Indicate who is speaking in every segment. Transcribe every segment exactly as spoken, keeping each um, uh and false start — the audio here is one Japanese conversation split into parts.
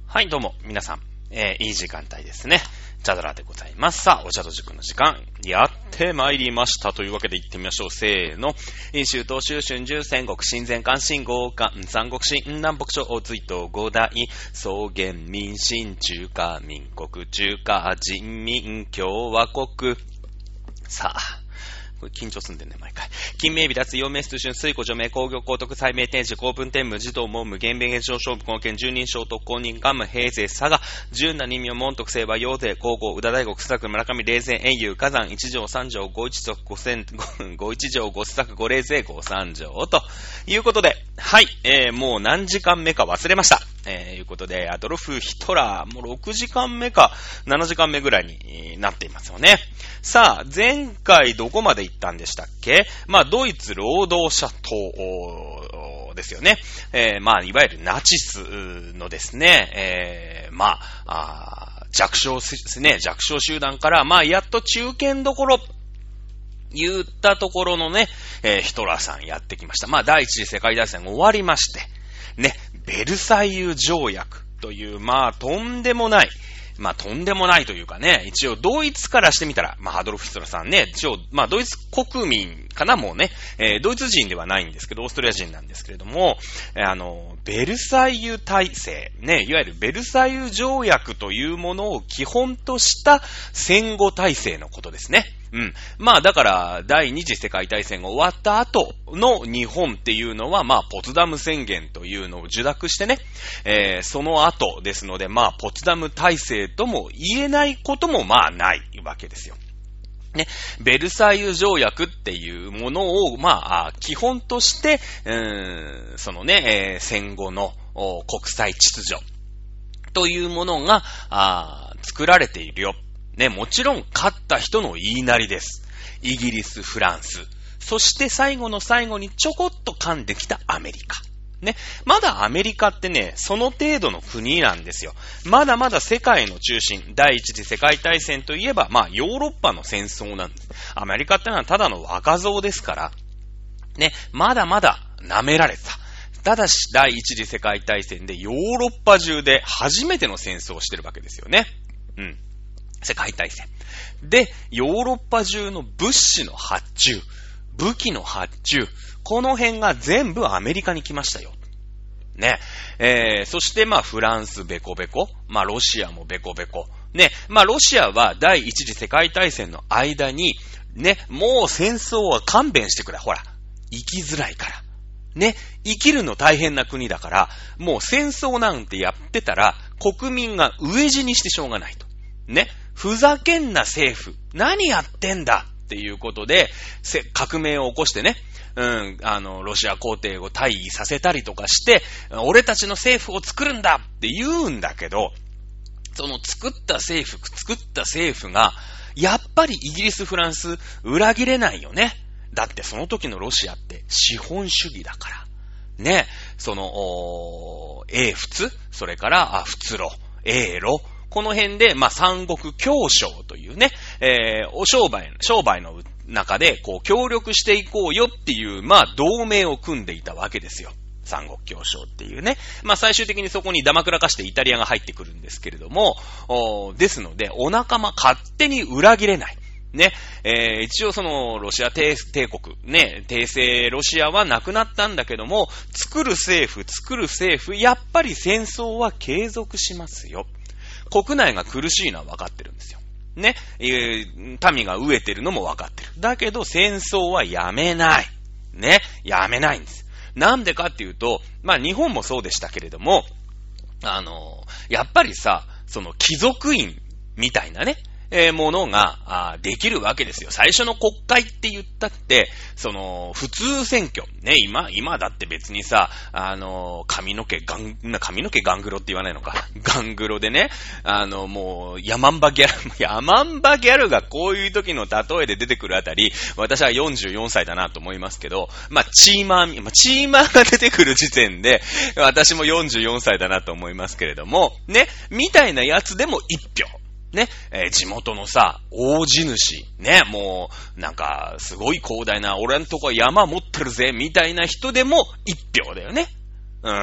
Speaker 1: はい、どうも、皆さん、えー、いい時間帯ですね。チャドラでございます。さあ、お茶と塾の時間、やってまいりました。というわけで行ってみましょう。せーの。飲酒、東州、春秋、戦国、新前関、新豪華、三国新、南北朝、追悼、五代、草原、民進、中華、民国、中華、人民、共和国。さあ、これ緊張すんでんね、毎回。金名、微脱、陽明、出春、水庫、除名、工業、高徳、最名、天智、公文天、無自動、文無、原弁、現象、勝負、この県、十人称、特攻人、官務、平勢、佐賀、十七人名、門徳、清和、陽勢、皇后、宇田大国、須作、村上、霊勢、英雄、火山、一条、三条、五一族、五千、五一条、五須作、五霊勢、五三条、ということで、はい、えー、もう何時間目か忘れました。えー、いうことで、アドルフ・ヒトラー、もうろくじかんめかななじかんめぐらいになっていますよね。さあ、前回どこまで行ったんでしたっけ？まあ、ドイツ労働者党ですよね。えー、まあ、いわゆるナチスのですね、えー、まあ、あ弱小ですね、弱小集団から、まあ、やっと中堅どころ、言ったところのね、えー、ヒトラーさんやってきました。まあ、第一次世界大戦終わりまして、ね、ベルサイユ条約という、まあ、とんでもない、まあ、とんでもないというかね、一応、ドイツからしてみたら、まあ、アドルフ・ヒトラーさんね、一応、まあ、ドイツ国民かな、もうね、えー、ドイツ人ではないんですけど、オーストリア人なんですけれども、えー、あの、ベルサイユ体制、ね、いわゆるベルサイユ条約というものを基本とした戦後体制のことですね。うん。まあだから、第二次世界大戦が終わった後の日本っていうのは、まあポツダム宣言というのを受諾してね、えー、その後ですので、まあポツダム体制とも言えないこともまあないわけですよ。ね、ベルサイユ条約っていうものを、まあ、基本として、うーん、そのね、えー、戦後の国際秩序というものが、あ作られているよ。ね、もちろん勝った人の言いなりです。イギリス、フランス。そして最後の最後にちょこっと噛んできたアメリカ。ね、まだアメリカってね、その程度の国なんですよ。まだまだ世界の中心、第一次世界大戦といえば、まあヨーロッパの戦争なんです。アメリカってのはただの若造ですから、ね、まだまだ舐められた。ただし、第一次世界大戦でヨーロッパ中で初めての戦争をしてるわけですよね。うん。世界大戦。で、ヨーロッパ中の物資の発注、武器の発注、この辺が全部アメリカに来ましたよ。ね。えー、そしてまあフランスベコベコ、まあロシアもベコベコ。ね。まあロシアは第一次世界大戦の間に、ね、もう戦争は勘弁してくれ。ほら、生きづらいから。ね。生きるの大変な国だから、もう戦争なんてやってたら、国民が飢え死にしてしょうがないと。ね。ふざけんな政府。何やってんだっていうことで、革命を起こしてね、うん、あの、ロシア皇帝を退位させたりとかして、俺たちの政府を作るんだって言うんだけど、その作った政府、作った政府が、やっぱりイギリス、フランス、裏切れないよね。だってその時のロシアって資本主義だから。ね、その、英仏、それから、仏路、英路、この辺で、まあ、三国協商というね、えー、お商売、商売の中で、こう、協力していこうよっていう、まあ、同盟を組んでいたわけですよ。三国協商っていうね。まあ、最終的にそこにダマくらかしてイタリアが入ってくるんですけれども、ですので、お仲間勝手に裏切れない。ね、えー、一応その、ロシア帝、帝国、ね、帝政ロシアはなくなったんだけども、作る政府、作る政府、やっぱり戦争は継続しますよ。国内が苦しいのは分かってるんですよ。ね。えー、民が飢えてるのも分かってる。だけど戦争はやめない。ね。やめないんです。なんでかっていうと、まあ日本もそうでしたけれども、あのー、やっぱりさ、その貴族院みたいなね、えー、ものがあできるわけですよ。最初の国会って言ったって、その、普通選挙。ね、今、今だって別にさ、あの、髪の毛ガン、髪の毛ガングロって言わないのか。ガングロでね、あの、もう、ヤマンバギャル、ヤマンバギャルがこういう時の例えで出てくるあたり、私はよんじゅうよんさいだなと思いますけど、まあ、チーマー、まあ、チーマーが出てくる時点で、私もよんじゅうよんさいだなと思いますけれども、ね、みたいなやつでも一票。ね、えー、地元のさ、大地主、ね、もう、なんか、すごい広大な、俺んとこ山持ってるぜ、みたいな人でも一票だよね。うん。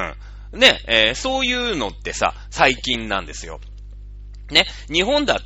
Speaker 1: ね、えー、そういうのってさ、最近なんですよ。ね、日本だって、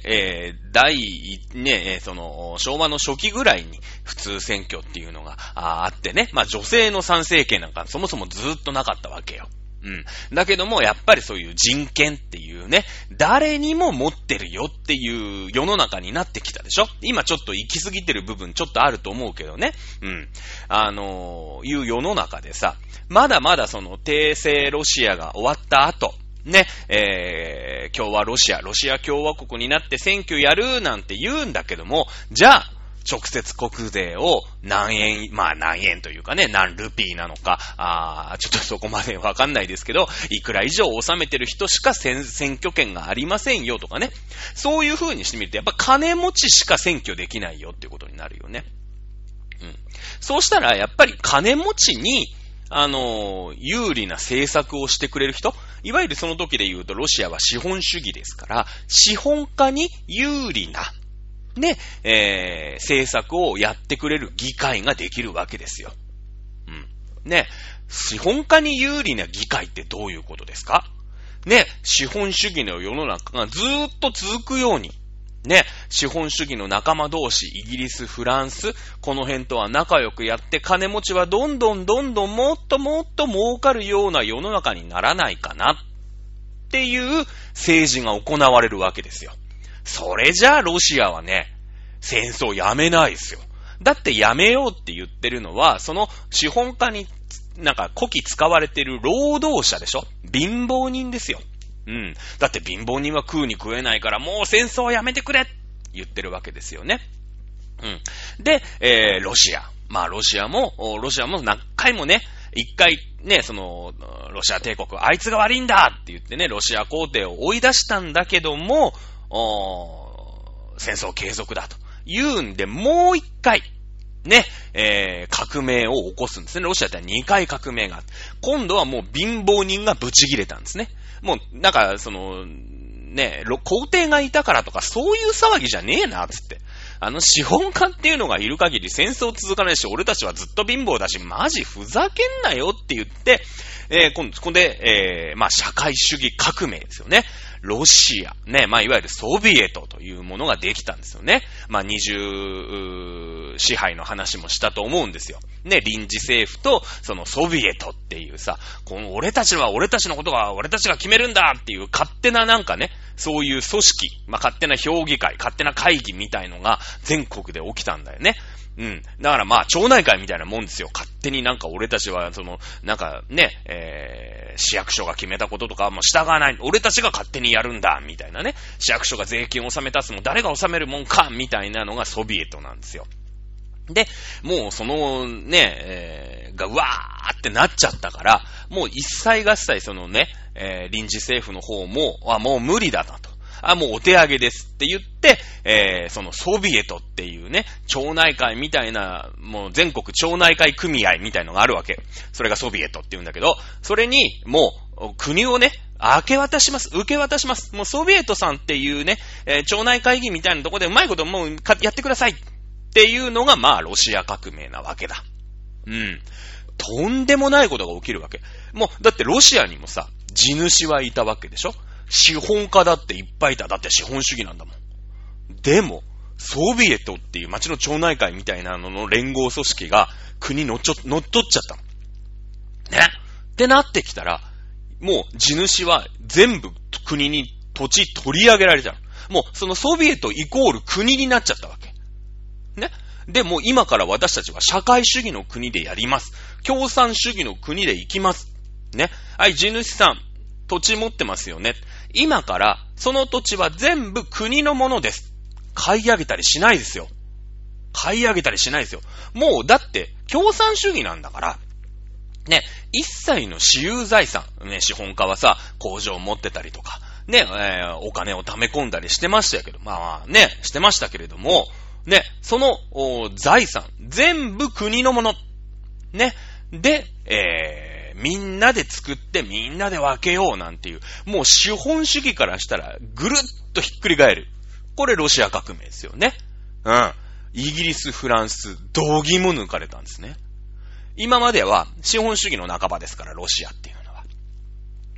Speaker 1: えー、第、ね、その、昭和の初期ぐらいに普通選挙っていうのが あ, あってね、まあ女性の参政権なんかそもそもずっとなかったわけよ。うん。だけども、やっぱりそういう人権っていうね、誰にも持ってるよっていう世の中になってきたでしょ？今ちょっと行き過ぎてる部分ちょっとあると思うけどね。うん。あのー、いう世の中でさ、まだまだその帝政ロシアが終わった後、ね、えー、共和ロシア、ロシア共和国になって選挙やるなんて言うんだけども、じゃあ、直接国税を何円、まあ何円というかね、何ルピーなのか、あちょっとそこまでわかんないですけど、いくら以上納めてる人しか選挙権がありませんよとかね。そういう風にしてみると、やっぱ金持ちしか選挙できないよっていうことになるよね。うん。そうしたら、やっぱり金持ちに、あのー、有利な政策をしてくれる人、いわゆるその時で言うとロシアは資本主義ですから、資本家に有利な、ね、えー、政策をやってくれる議会ができるわけですよ。うん。ね、資本家に有利な議会ってどういうことですか？ね、資本主義の世の中がずーっと続くように、ね、資本主義の仲間同士、イギリス、フランス、この辺とは仲良くやって、金持ちはどんどんどんどんもっともっと儲かるような世の中にならないかなっていう政治が行われるわけですよ。それじゃあロシアはね、戦争やめないですよ。だってやめようって言ってるのは、その資本家になんかこき使われてる労働者でしょ？貧乏人ですよ。うん。だって貧乏人は食うに食えないからもう戦争はやめてくれって言ってるわけですよね。うん。で、えー、ロシア。まあロシアも、ロシアも何回もね、一回ね、その、ロシア帝国、あいつが悪いんだって言ってね、ロシア皇帝を追い出したんだけども、戦争継続だと言うんで、もう一回、ね、えー、革命を起こすんですね。ロシアってにかい革命があって、今度はもう貧乏人がブチ切れたんですね。もう、なんか、その、ね、皇帝がいたからとか、そういう騒ぎじゃねえな、つって。あの、資本家っていうのがいる限り戦争続かないし、俺たちはずっと貧乏だし、マジふざけんなよって言って、えー、今度、ここで、えー、まあ、社会主義革命ですよね。ロシア、ね、まあ、いわゆるソビエトというものができたんですよね。まあ、二重支配の話もしたと思うんですよ。ね、臨時政府と、そのソビエトっていうさ、この俺たちは俺たちのことが俺たちが決めるんだっていう勝手ななんかね、そういう組織、まあ、勝手な評議会、勝手な会議みたいのが全国で起きたんだよね。うん。だからまあ、町内会みたいなもんですよ。勝手になんか俺たちは、その、なんかね、えー、市役所が決めたこととかもう従わない。俺たちが勝手にやるんだ、みたいなね。市役所が税金を納めたすも誰が納めるもんか、みたいなのがソビエトなんですよ。で、もうそのね、えー、がうわーってなっちゃったから、もう一切合切そのね、えー、臨時政府の方も、あ、もう無理だなと。あ、もうお手上げですって言って、えー、そのソビエトっていうね、町内会みたいな、もう全国町内会組合みたいのがあるわけ。それがソビエトって言うんだけど、それにもう国をね、明け渡します。受け渡します。もうソビエトさんっていうね、えー、町内会議みたいなところでうまいこともうやってくださいっていうのがまあロシア革命なわけだ。うん。とんでもないことが起きるわけ。もう、だってロシアにもさ、地主はいたわけでしょ？資本家だっていっぱいいた。だって資本主義なんだもん。でも、ソビエトっていう町の町内会みたいなのの連合組織が国乗っちょ、乗っ取っちゃったの。ね。ってなってきたら、もう地主は全部国に土地取り上げられちゃう。もうそのソビエトイコール国になっちゃったわけ。ね。で、もう今から私たちは社会主義の国でやります。共産主義の国で行きます。ね。はい、地主さん、土地持ってますよね。今からその土地は全部国のものです。買い上げたりしないですよ。買い上げたりしないですよ。もうだって共産主義なんだから、ね、一切の私有財産、ね、資本家はさ、工場を持ってたりとか、ね、えー、お金を貯め込んだりしてましたけど、まあまあね、してましたけれども、ね、その財産、全部国のもの。ね、で、えー、みんなで作ってみんなで分けようなんていう、もう資本主義からしたらぐるっとひっくり返る。これロシア革命ですよね。うん。イギリス、フランス、道義も抜かれたんですね。今までは資本主義の半ばですから、ロシアっていうのは。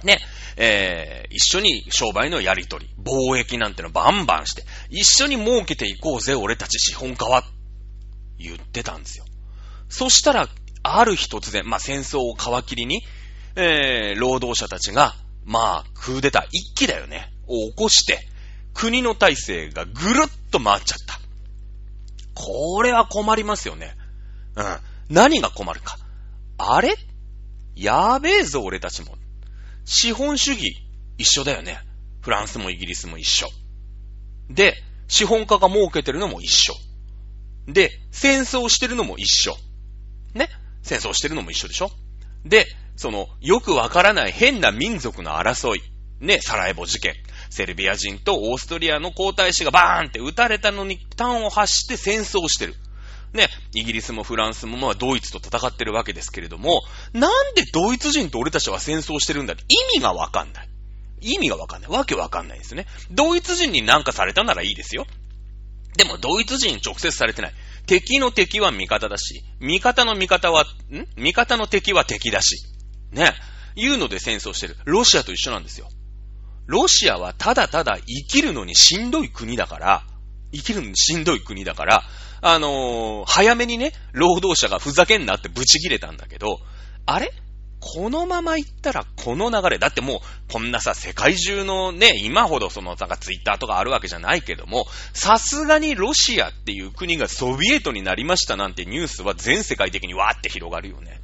Speaker 1: ね、えー、一緒に商売のやり取り、貿易なんてのバンバンして、一緒に儲けていこうぜ、俺たち資本家は、言ってたんですよ。そしたら、ある日突然、まあ、戦争を皮切りに、えー、労働者たちが、まあ、クーデター、一揆だよね、を起こして、国の体制がぐるっと回っちゃった。これは困りますよね。うん。何が困るか。あれ？やべえぞ、俺たちも。資本主義、一緒だよね。フランスもイギリスも一緒。で、資本家が儲けてるのも一緒。で、戦争してるのも一緒。ね？戦争してるのも一緒でしょ？で、その、よくわからない変な民族の争い。ね、サラエボ事件。セルビア人とオーストリアの皇太子がバーンって撃たれたのに端を発して戦争してる。ね、イギリスもフランスもまあドイツと戦ってるわけですけれども、なんでドイツ人と俺たちは戦争してるんだって意味がわかんない。意味がわかんない。わけわかんないですね。ドイツ人に何かされたならいいですよ。でもドイツ人直接されてない。敵の敵は味方だし、味方の味方は、ん味方の敵は敵だし。ね。いうので戦争してる。ロシアと一緒なんですよ。ロシアはただただ生きるのにしんどい国だから、生きるのにしんどい国だから、あのー、早めにね、労働者がふざけんなってブチ切れたんだけど、あれ？このまま行ったらこの流れ、だってもうこんなさ、世界中のね、今ほどそのなんかツイッターとかあるわけじゃないけども、さすがにロシアっていう国がソビエトになりましたなんてニュースは全世界的にわーって広がるよね。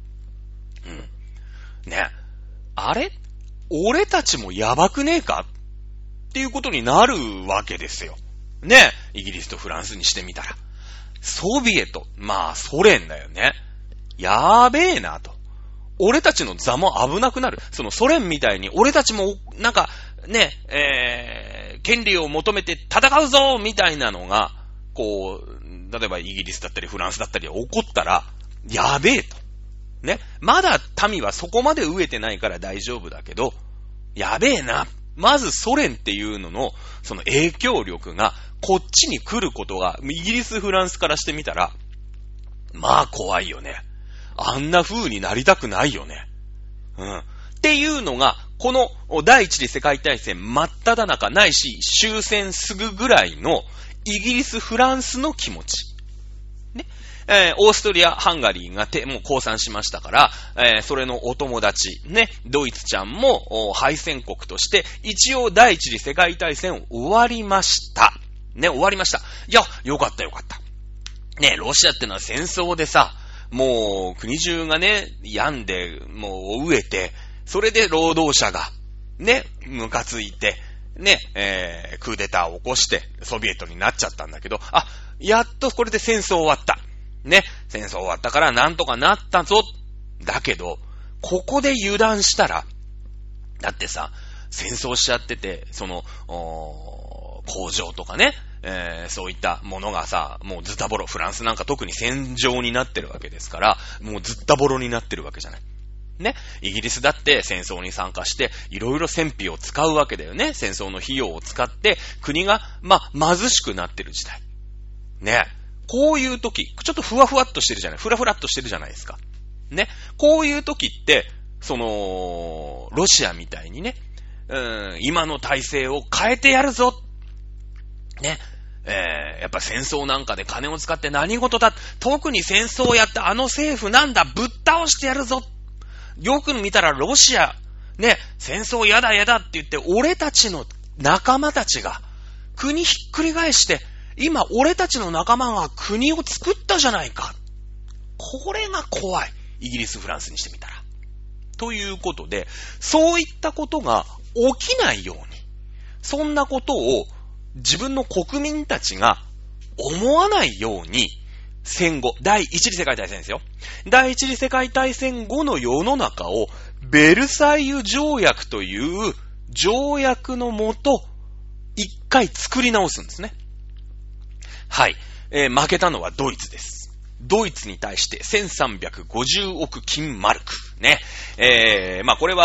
Speaker 1: うん。ね。あれ？俺たちもやばくねえかっていうことになるわけですよ。ね。イギリスとフランスにしてみたら。ソビエト。まあ、ソ連だよね。やーべえなと。俺たちの座も危なくなる。そのソ連みたいに俺たちもなんかね、えー、権利を求めて戦うぞみたいなのが、こう、例えばイギリスだったりフランスだったり起こったら、やべえと。ね。まだ民はそこまで飢えてないから大丈夫だけど、やべえな。まずソ連っていうのの、その影響力がこっちに来ることが、イギリス、フランスからしてみたら、まあ怖いよね。あんな風になりたくないよね。うん。っていうのが、この第一次世界大戦真っ只中ないし、終戦すぐぐらいのイギリス、フランスの気持ち。ね。えー、オーストリア、ハンガリーがてもう降参しましたから、えー、それのお友達、ね、ドイツちゃんも敗戦国として、一応第一次世界大戦終わりました。ね、終わりました。いや、よかったよかった。ね、ロシアってのは戦争でさ、もう国中がね、病んで、もう飢えて、それで労働者が、ね、ムカついて、ね、えー、クーデターを起こして、ソビエトになっちゃったんだけど、あ、やっとこれで戦争終わった。ね、戦争終わったからなんとかなったぞ。だけど、ここで油断したら、だってさ、戦争しちゃってて、その、工場とかね、えー、そういったものがさ、もうズタボロ、フランスなんか特に戦場になってるわけですから、もうズッタボロになってるわけじゃない。ね、イギリスだって戦争に参加して、いろいろ戦費を使うわけだよね。戦争の費用を使って、国が、まあ、貧しくなってる時代。ね。こういう時、ちょっとふわふわっとしてるじゃない、ふらふらっとしてるじゃないですか。ね。こういう時って、その、ロシアみたいにね、うん、今の体制を変えてやるぞ。ね。えー、やっぱ戦争なんかで金を使って何事だ。特に戦争をやったあの政府なんだ。ぶっ倒してやるぞ。よく見たらロシア、ね、戦争やだやだって言って、俺たちの仲間たちが国ひっくり返して、今俺たちの仲間が国を作ったじゃないか。これが怖い。イギリス、フランスにしてみたら。ということで、そういったことが起きないように、そんなことを自分の国民たちが思わないように、戦後、第一次世界大戦ですよ。第一次世界大戦後の世の中をベルサイユ条約という条約のもと、一回作り直すんですね。はい、えー。負けたのはドイツです。ドイツに対してせんさんびゃくごじゅうおく金マルク。ね。えー、まあこれは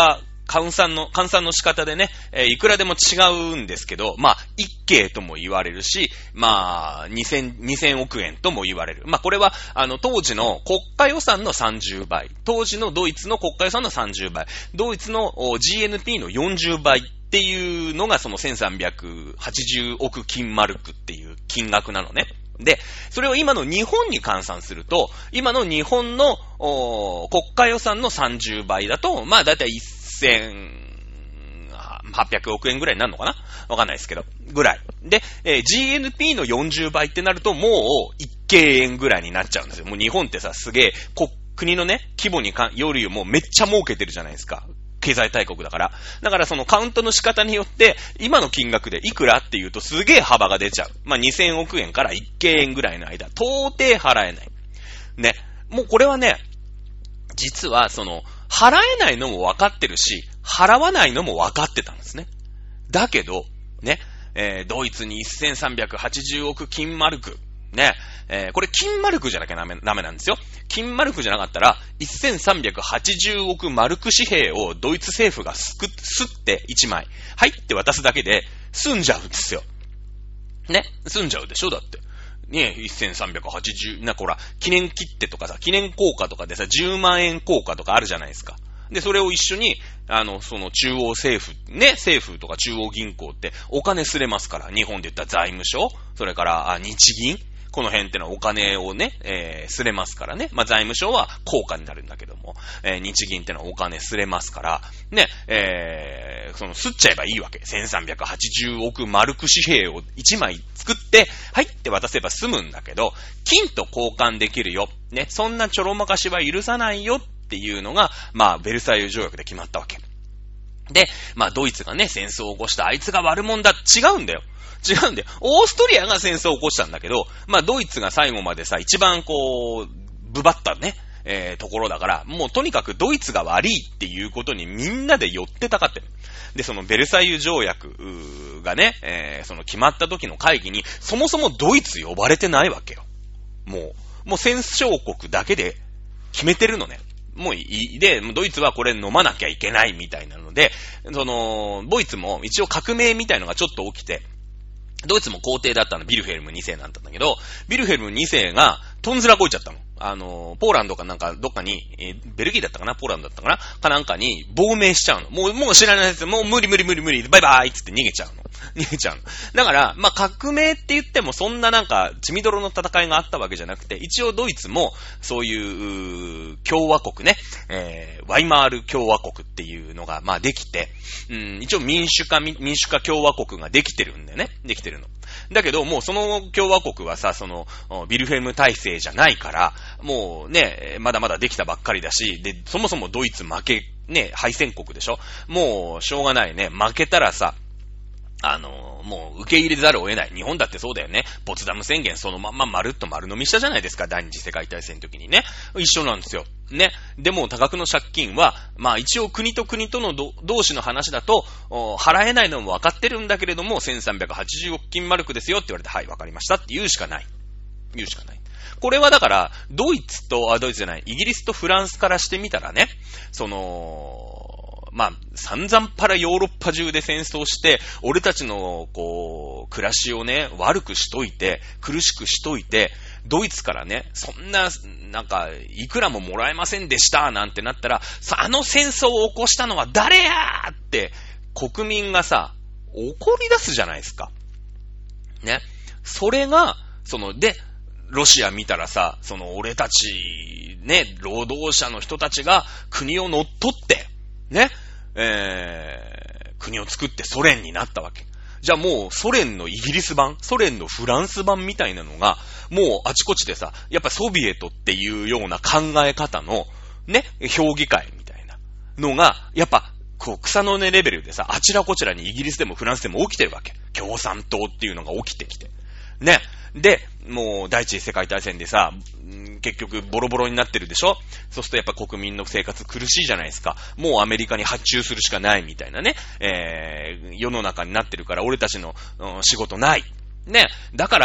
Speaker 1: 換算の、換算の仕方でね、えー、いくらでも違うんですけど、まあ、一京とも言われるし、まあ、にせん、にせんおくえんとも言われる。まあ、これは、あの、当時の国家予算のさんじゅうばい、当時のドイツの国家予算のさんじゅうばい、ドイツの ジーエヌピー のよんじゅうばいっていうのがそのせんさんびゃくはちじゅうおく金マルクっていう金額なのね。で、それを今の日本に換算すると、今の日本の国家予算のさんじゅうばいだと、まあだいたいせんはっぴゃくおくえんぐらいになるのかな？わかんないですけど、ぐらい。で、えー、ジーエヌピー のよんじゅうばいってなると、もういち京円ぐらいになっちゃうんですよ。もう日本ってさ、すげえ、国のね、規模にかよりもめっちゃ儲けてるじゃないですか。経済大国だから。だからそのカウントの仕方によって、今の金額でいくらっていうとすげえ幅が出ちゃう。まあ、にせんおくえんからいち京円ぐらいの間、到底払えない。ね。もうこれはね、実はその、払えないのも分かってるし、払わないのも分かってたんですね。だけど、ね、えー、ドイツにせんさんびゃくはちじゅうおく金マルク。ね、えー、これ金マルクじゃなきゃダメ、ダメなんですよ。金マルクじゃなかったら、せんさんびゃくはちじゅうおくマルク紙幣をドイツ政府がすく、すっていちまい、はいって渡すだけで済んじゃうんですよ。ね、済んじゃうでしょだって。ね、せんさんびゃくはちじゅう、なんかほら、記念切手とかさ、記念硬貨とかでさ、じゅうまんえん硬貨とかあるじゃないですか。で、それを一緒に、あの、その中央政府、ね、政府とか中央銀行ってお金すれますから、日本で言ったら財務省、それから、あ、日銀、この辺ってのはお金をね、えー、すれますからね。まあ、財務省は硬貨になるんだけども、えー、日銀ってのはお金すれますから、ね、えー、その、すっちゃえばいいわけ。せんさんびゃくはちじゅうおくマルク紙幣をいちまい作って、はいって渡せば済むんだけど、金と交換できるよ。ね、そんなちょろまかしは許さないよっていうのが、まあ、ベルサイユ条約で決まったわけ。で、まあ、ドイツがね、戦争を起こしたあいつが悪者だ。違うんだよ。違うんだよ。オーストリアが戦争を起こしたんだけど、まあドイツが最後までさ、一番こう、ブバったね、えー、ところだから、もうとにかくドイツが悪いっていうことにみんなで寄ってたかってる。で、そのベルサイユ条約がね、えー、その決まった時の会議に、そもそもドイツ呼ばれてないわけよ。もう、もう戦勝国だけで決めてるのね。もういい。で、ドイツはこれ飲まなきゃいけないみたいなので、その、ドイツも一応革命みたいのがちょっと起きて、ドイツも皇帝だったの、ビルヘルムにせいなんだったんだけど、ビルヘルムにせいが、トンズラこいちゃったの。あの、ポーランドかなんか、どっかに、えー、ベルギーだったかなポーランドだったかなかなんかに、亡命しちゃうの。もう、もう知らないです。もう無理無理無理無理、バイバイっつって逃げちゃうの。逃げちゃうの。だから、まあ、革命って言っても、そんななんか、血みどろの戦いがあったわけじゃなくて、一応ドイツも、そういう、共和国ね、えー、ワイマール共和国っていうのが、まあ、できて、うん、一応民主化、民主化共和国ができてるんだよね。できてるの。だけど、もうその共和国はさ、その、ビルヘルム体制じゃないから、もうね、まだまだできたばっかりだし、で、そもそもドイツ負け、ね、敗戦国でしょ？もう、しょうがないね。負けたらさ、あの、もう受け入れざるを得ない。日本だってそうだよね。ポツダム宣言そのまんま丸っと丸飲みしたじゃないですか。第二次世界大戦の時にね。一緒なんですよ。ね。でも多額の借金は、まあ一応国と国との同士の話だと、払えないのも分かってるんだけれども、せんさんびゃくはちじゅうおく金マルクですよって言われて、はい、分かりましたって言うしかない。言うしかない。これはだから、ドイツと、あ、ドイツじゃない、イギリスとフランスからしてみたらね、その、まあ、散々パラヨーロッパ中で戦争して、俺たちの、こう、暮らしをね、悪くしといて、苦しくしといて、ドイツからね、そんな、なんか、いくらももらえませんでした、なんてなったら、あの戦争を起こしたのは誰やーって、国民がさ、怒り出すじゃないですか。ね。それが、その、で、ロシア見たらさ、その、俺たち、ね、労働者の人たちが国を乗っ取って、ね、えー、国を作ってソ連になったわけ。じゃあもうソ連のイギリス版、ソ連のフランス版みたいなのが、もうあちこちでさ、やっぱソビエトっていうような考え方の、ね、評議会みたいなのが、やっぱ、こう草の根レベルでさ、あちらこちらにイギリスでもフランスでも起きてるわけ。共産党っていうのが起きてきて。ね。で、もう第一次世界大戦でさ、結局ボロボロになってるでしょ？そうするとやっぱ国民の生活苦しいじゃないですか。もうアメリカに発注するしかないみたいなね、えー、世の中になってるから俺たちの、うん、仕事ない。ね。だから、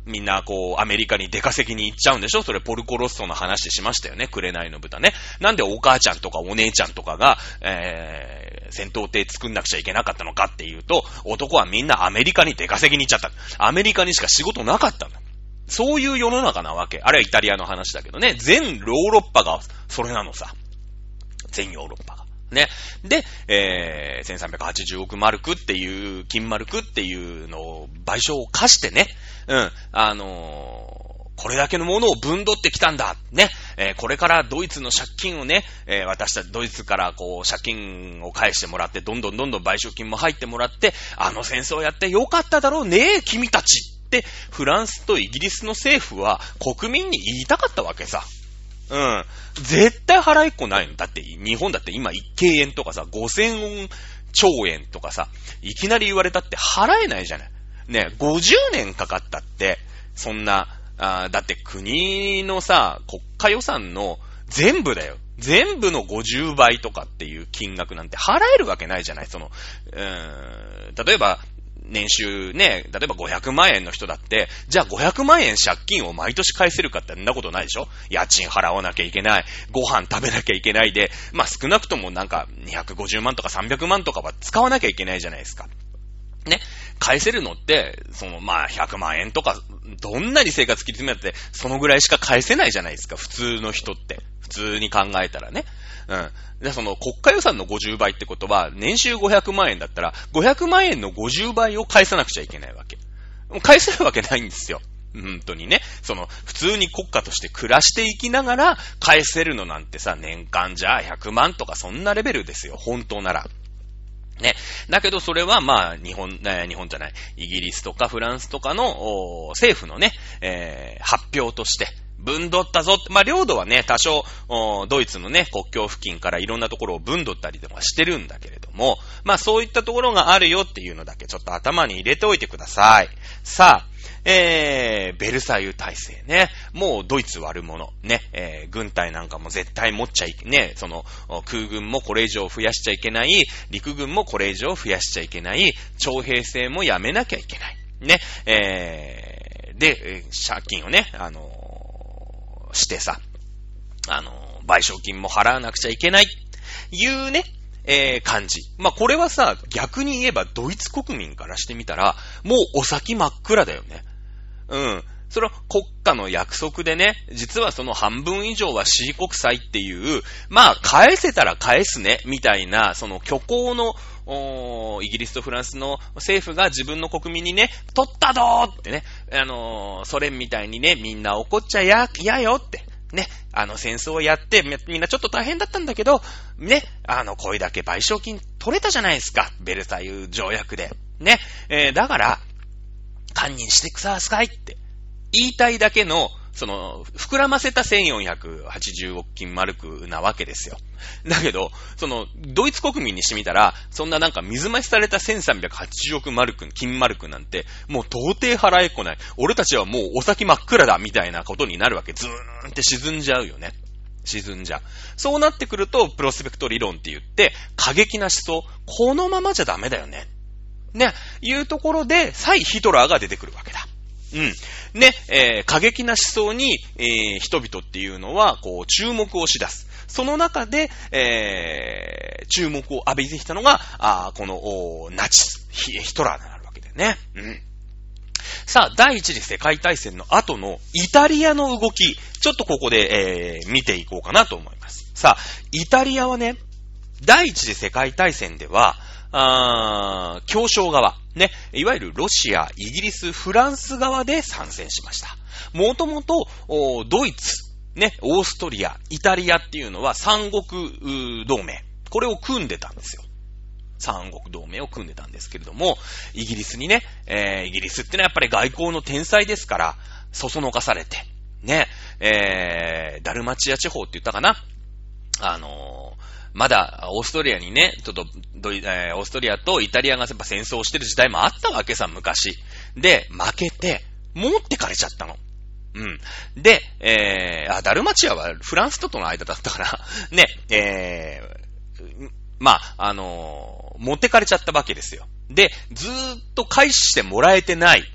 Speaker 1: みんなこう、アメリカに出稼ぎに行っちゃうんでしょ？それポルコロッソの話しましたよね。紅の豚ね。なんでお母ちゃんとかお姉ちゃんとかが、えー、戦闘艇作んなくちゃいけなかったのかっていうと、男はみんなアメリカに出稼ぎに行っちゃった。アメリカにしか仕事なかったんだ。そういう世の中なわけ。あれはイタリアの話だけどね。全ヨーロッパがそれなのさ。全ヨーロッパが。ね。で、えー、せんさんびゃくはちじゅうおくマルクっていう、金マルクっていうのを賠償を課してね。うん。あのー、これだけのものを分取ってきたんだ。ね。えー、これからドイツの借金をね、えー、私たちドイツからこう借金を返してもらって、どんどんどんどん賠償金も入ってもらって、あの戦争をやってよかっただろうね、君たちって、フランスとイギリスの政府は国民に言いたかったわけさ。うん。絶対払いっこないの。だって、日本だって今いっけいえんとかさ、ごせんちょうえんとかさ、いきなり言われたって払えないじゃない。ね、ごじゅうねんかかったって、そんな、あだって国のさ、国家予算の全部だよ。全部のごじゅうばいとかっていう金額なんて払えるわけないじゃない。その、うーん、例えば、年収ね、例えばごひゃくまんえんの人だって、じゃあごひゃくまんえん借金を毎年返せるかってそんなことないでしょ？家賃払わなきゃいけない。ご飯食べなきゃいけないで、まあ少なくともなんかにひゃくごじゅうまんとかさんびゃくまんとかは使わなきゃいけないじゃないですか。ね。返せるのって、そのまあひゃくまんえんとか、どんなに生活切り詰めて、そのぐらいしか返せないじゃないですか。普通の人って。普通に考えたらね。うん。で、その国家予算のごじゅうばいってことは、年収ごひゃくまんえんだったら、ごひゃくまんえんのごじゅうばいを返さなくちゃいけないわけ。返せるわけないんですよ。本当にね。その、普通に国家として暮らしていきながら、返せるのなんてさ、年間じゃあひゃくまんとかそんなレベルですよ。本当なら。ね。だけどそれはまあ日本、えー、日本じゃない、イギリスとかフランスとかの政府のね、えー、発表として、分取ったぞって、まあ領土はね、多少、ドイツのね、国境付近からいろんなところを分取ったりとかしてるんだけれども、まあそういったところがあるよっていうのだけちょっと頭に入れておいてください。さあ、えー、ベルサイユ体制ね。もうドイツ悪者。ね。えー、軍隊なんかも絶対持っちゃいけね。その、空軍もこれ以上増やしちゃいけない。陸軍もこれ以上増やしちゃいけない。徴兵制もやめなきゃいけない。ね。えー、で、借金をね、あのー、してさ、あのー、賠償金も払わなくちゃいけない。いうね。えー、感じ。まあ、これはさ、逆に言えばドイツ国民からしてみたら、もうお先真っ暗だよね。うん。それは国家の約束でね、実はその半分以上は C 国債っていう、まあ、返せたら返すね、みたいな、その虚構の、イギリスとフランスの政府が自分の国民にね、取ったどーってね、あのー、ソ連みたいにね、みんな怒っちゃや、嫌よって。ね、あの戦争をやって、みんなちょっと大変だったんだけど、ね、あの、これだけ賠償金取れたじゃないですか。ベルサイユ条約で。ね、えー、だから、堪忍してくださいって言いたいだけの、その、膨らませたせんよんひゃくはちじゅうおく金マルクなわけですよ。だけど、その、ドイツ国民にしてみたら、そんななんか水増しされたせんさんびゃくはちじゅうおくマルク、金マルクなんて、もう到底払えっこない。俺たちはもうお先真っ暗だ、みたいなことになるわけ。ずーんって沈んじゃうよね。沈んじゃう。そうなってくると、プロスペクト理論って言って、過激な思想、このままじゃダメだよね。ね、いうところで、再ヒトラーが出てくるわけだ。うん。ね、えー、過激な思想に、えー、人々っていうのは、こう、注目をし出す。その中で、えー、注目を浴びてきたのが、あこの、ナチス、ヒ、ヒトラーになるわけだよね。うん。さあ、第一次世界大戦の後のイタリアの動き、ちょっとここで、えー、見ていこうかなと思います。さあ、イタリアはね、第一次世界大戦では、あ協商側、ね、いわゆるロシア、イギリス、フランス側で参戦しました。もともと、ドイツ、ね、オーストリア、イタリアっていうのは三国同盟。これを組んでたんですよ。三国同盟を組んでたんですけれども、イギリスにね、えー、イギリスってのはやっぱり外交の天才ですから、そそのかされて、ね、えー、ダルマチア地方って言ったかな？あのー、まだ、オーストリアにね、ちょっと、えー、オーストリアとイタリアがやっぱ戦争をしてる時代もあったわけさ、昔。で、負けて、持ってかれちゃったの。うん。で、えー、あ、ダルマチアはフランスととの間だったから、ね、えー、まあ、あのー、持ってかれちゃったわけですよ。で、ずーっと返してもらえてない。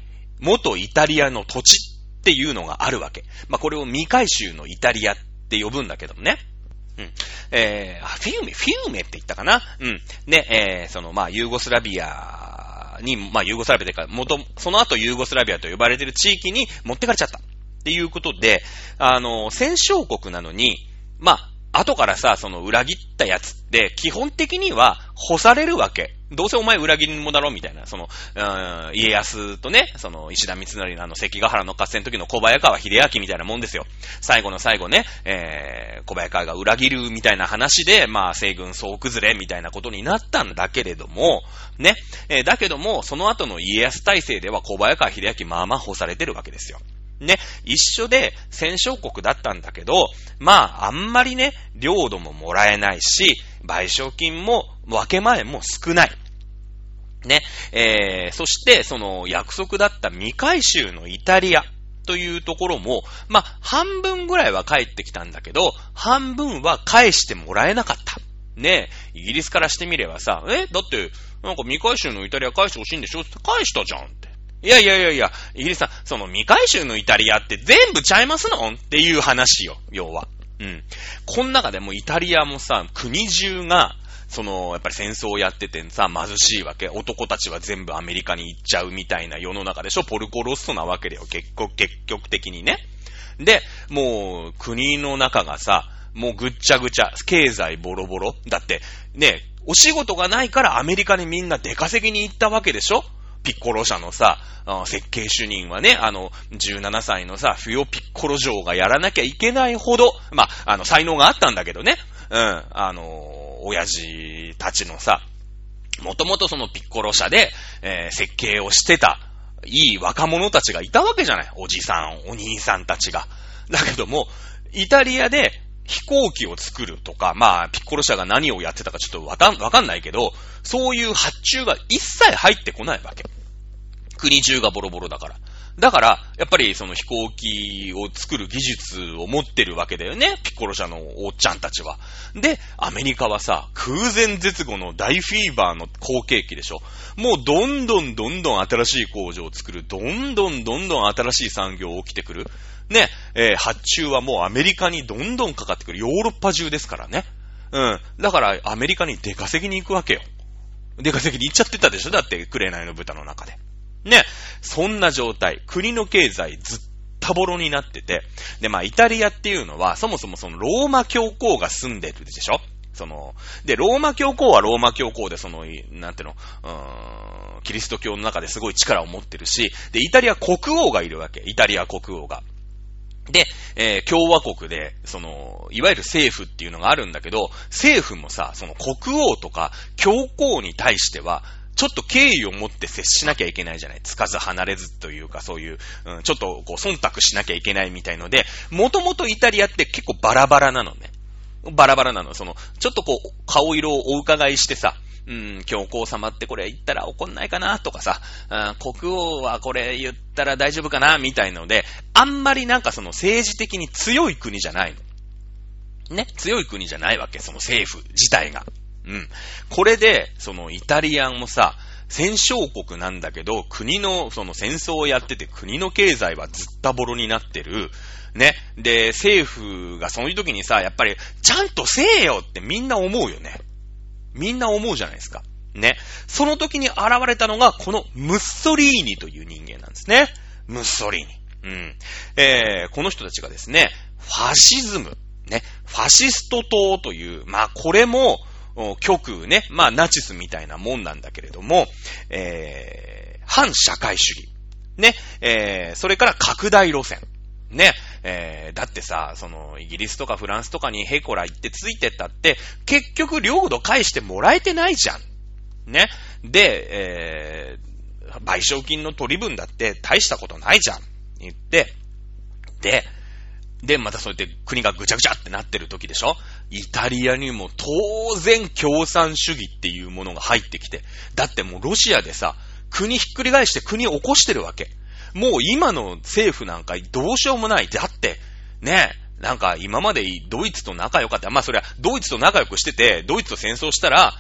Speaker 1: 元イタリアの土地っていうのがあるわけ。まあ、これを未回収のイタリアって呼ぶんだけどもね。うん。えー、フィウメ、フィウメって言ったかな。うん。で、えー、その、まあ、ユーゴスラビアに、まあ、ユーゴスラビアというか、元、その後ユーゴスラビアと呼ばれている地域に持ってかれちゃった。っていうことで、あの、戦勝国なのに、まあ、後からさ、その裏切ったやつって、基本的には干されるわけ。どうせお前裏切り者だろみたいな。その、うーん、家康とね、その、石田三成のあの、関ヶ原の合戦の時の小早川秀明みたいなもんですよ。最後の最後ね、えー、小早川が裏切るみたいな話で、まあ、西軍総崩れみたいなことになったんだけれども、ね、えー、だけども、その後の家康体制では小早川秀明まあまあ干されてるわけですよ。ね、一緒で戦勝国だったんだけど、まあ、あんまりね、領土ももらえないし、賠償金も分け前も少ない。ね、えー、そして、その約束だった未回収のイタリアというところも、まあ、半分ぐらいは返ってきたんだけど、半分は返してもらえなかった。ね、イギリスからしてみればさ、え、だって、なんか未回収のイタリア返してほしいんでしょって返したじゃんって。いやいやいやいや、イギリスさん、その未回収のイタリアって全部ちゃいますのっていう話よ、要は。うん。この中でもイタリアもさ、国中が、その、やっぱり戦争をやっててさ、貧しいわけ。男たちは全部アメリカに行っちゃうみたいな世の中でしょ。ポルコロッソなわけだよ、結局、結局的にね。で、もう、国の中がさ、もうぐっちゃぐちゃ、経済ボロボロ。だって、ね、お仕事がないからアメリカにみんな出稼ぎに行ったわけでしょ。ピッコロ社のさ、設計主任はね、あの、じゅうななさいのさ、フィオピッコロ嬢がやらなきゃいけないほど、まあ、あの、才能があったんだけどね、うん、あの、親父たちのさ、もともとそのピッコロ社で、えー、設計をしてた、いい若者たちがいたわけじゃない。おじさん、お兄さんたちが。だけども、イタリアで飛行機を作るとか、まあ、ピッコロ社が何をやってたかちょっとわかん、わかんないけど、そういう発注が一切入ってこないわけ。国中がボロボロだから。だから、やっぱりその飛行機を作る技術を持ってるわけだよね。ピッコロ社のおっちゃんたちは。で、アメリカはさ、空前絶後の大フィーバーの好景気でしょ。もうどんどんどんどん新しい工場を作る。どんどんどんどん新しい産業起きてくる。ね、えー、発注はもうアメリカにどんどんかかってくる。ヨーロッパ中ですからね。うん。だからアメリカに出稼ぎに行くわけよ。出稼ぎに行っちゃってたでしょ。だって紅の豚の中で。ね。そんな状態。国の経済ずったぼろになってて。で、まあイタリアっていうのはそもそもそのローマ教皇が住んでるでしょ。その、で、ローマ教皇はローマ教皇でその、なんていうの、うーん、キリスト教の中ですごい力を持ってるし、で、イタリア国王がいるわけ。イタリア国王が。で、えー、共和国で、その、いわゆる政府っていうのがあるんだけど、政府もさ、その国王とか教皇に対しては、ちょっと敬意を持って接しなきゃいけないじゃない。つかず離れずというか、そういう、うん、ちょっとこう、忖度しなきゃいけないみたいので、もともとイタリアって結構バラバラなのね。バラバラなの。その、ちょっとこう、顔色をお伺いしてさ、うん、教皇様ってこれ言ったら怒んないかなとかさ、あ、国王はこれ言ったら大丈夫かなみたいので、あんまりなんかその政治的に強い国じゃないの。ね、強い国じゃないわけ、その政府自体が。うん。これで、そのイタリアもさ、戦勝国なんだけど、国の、その戦争をやってて国の経済はずったぼろになってる。ね。で、政府がそういう時にさ、やっぱり、ちゃんとせえよってみんな思うよね。みんな思うじゃないですか。ね。その時に現れたのが、このムッソリーニという人間なんですね。ムッソリーニ。うん。えー、この人たちがですね、ファシズム。ね。ファシスト党という、まあこれも、極右ね。まあナチスみたいなもんなんだけれども、えー、反社会主義。ね。えー、それから拡大路線。ね。えー、だってさ、その、イギリスとかフランスとかにヘコラ行ってついてったって、結局領土返してもらえてないじゃん。ね。で、えー、賠償金の取り分だって大したことないじゃん。言って、で、で、またそうやって国がぐちゃぐちゃってなってる時でしょ？イタリアにも当然共産主義っていうものが入ってきて、だってもうロシアでさ、国ひっくり返して国を起こしてるわけ。もう今の政府なんかどうしようもない。だって、ね、なんか今までドイツと仲良かった。まあそれはドイツと仲良くしてて、ドイツと戦争したら、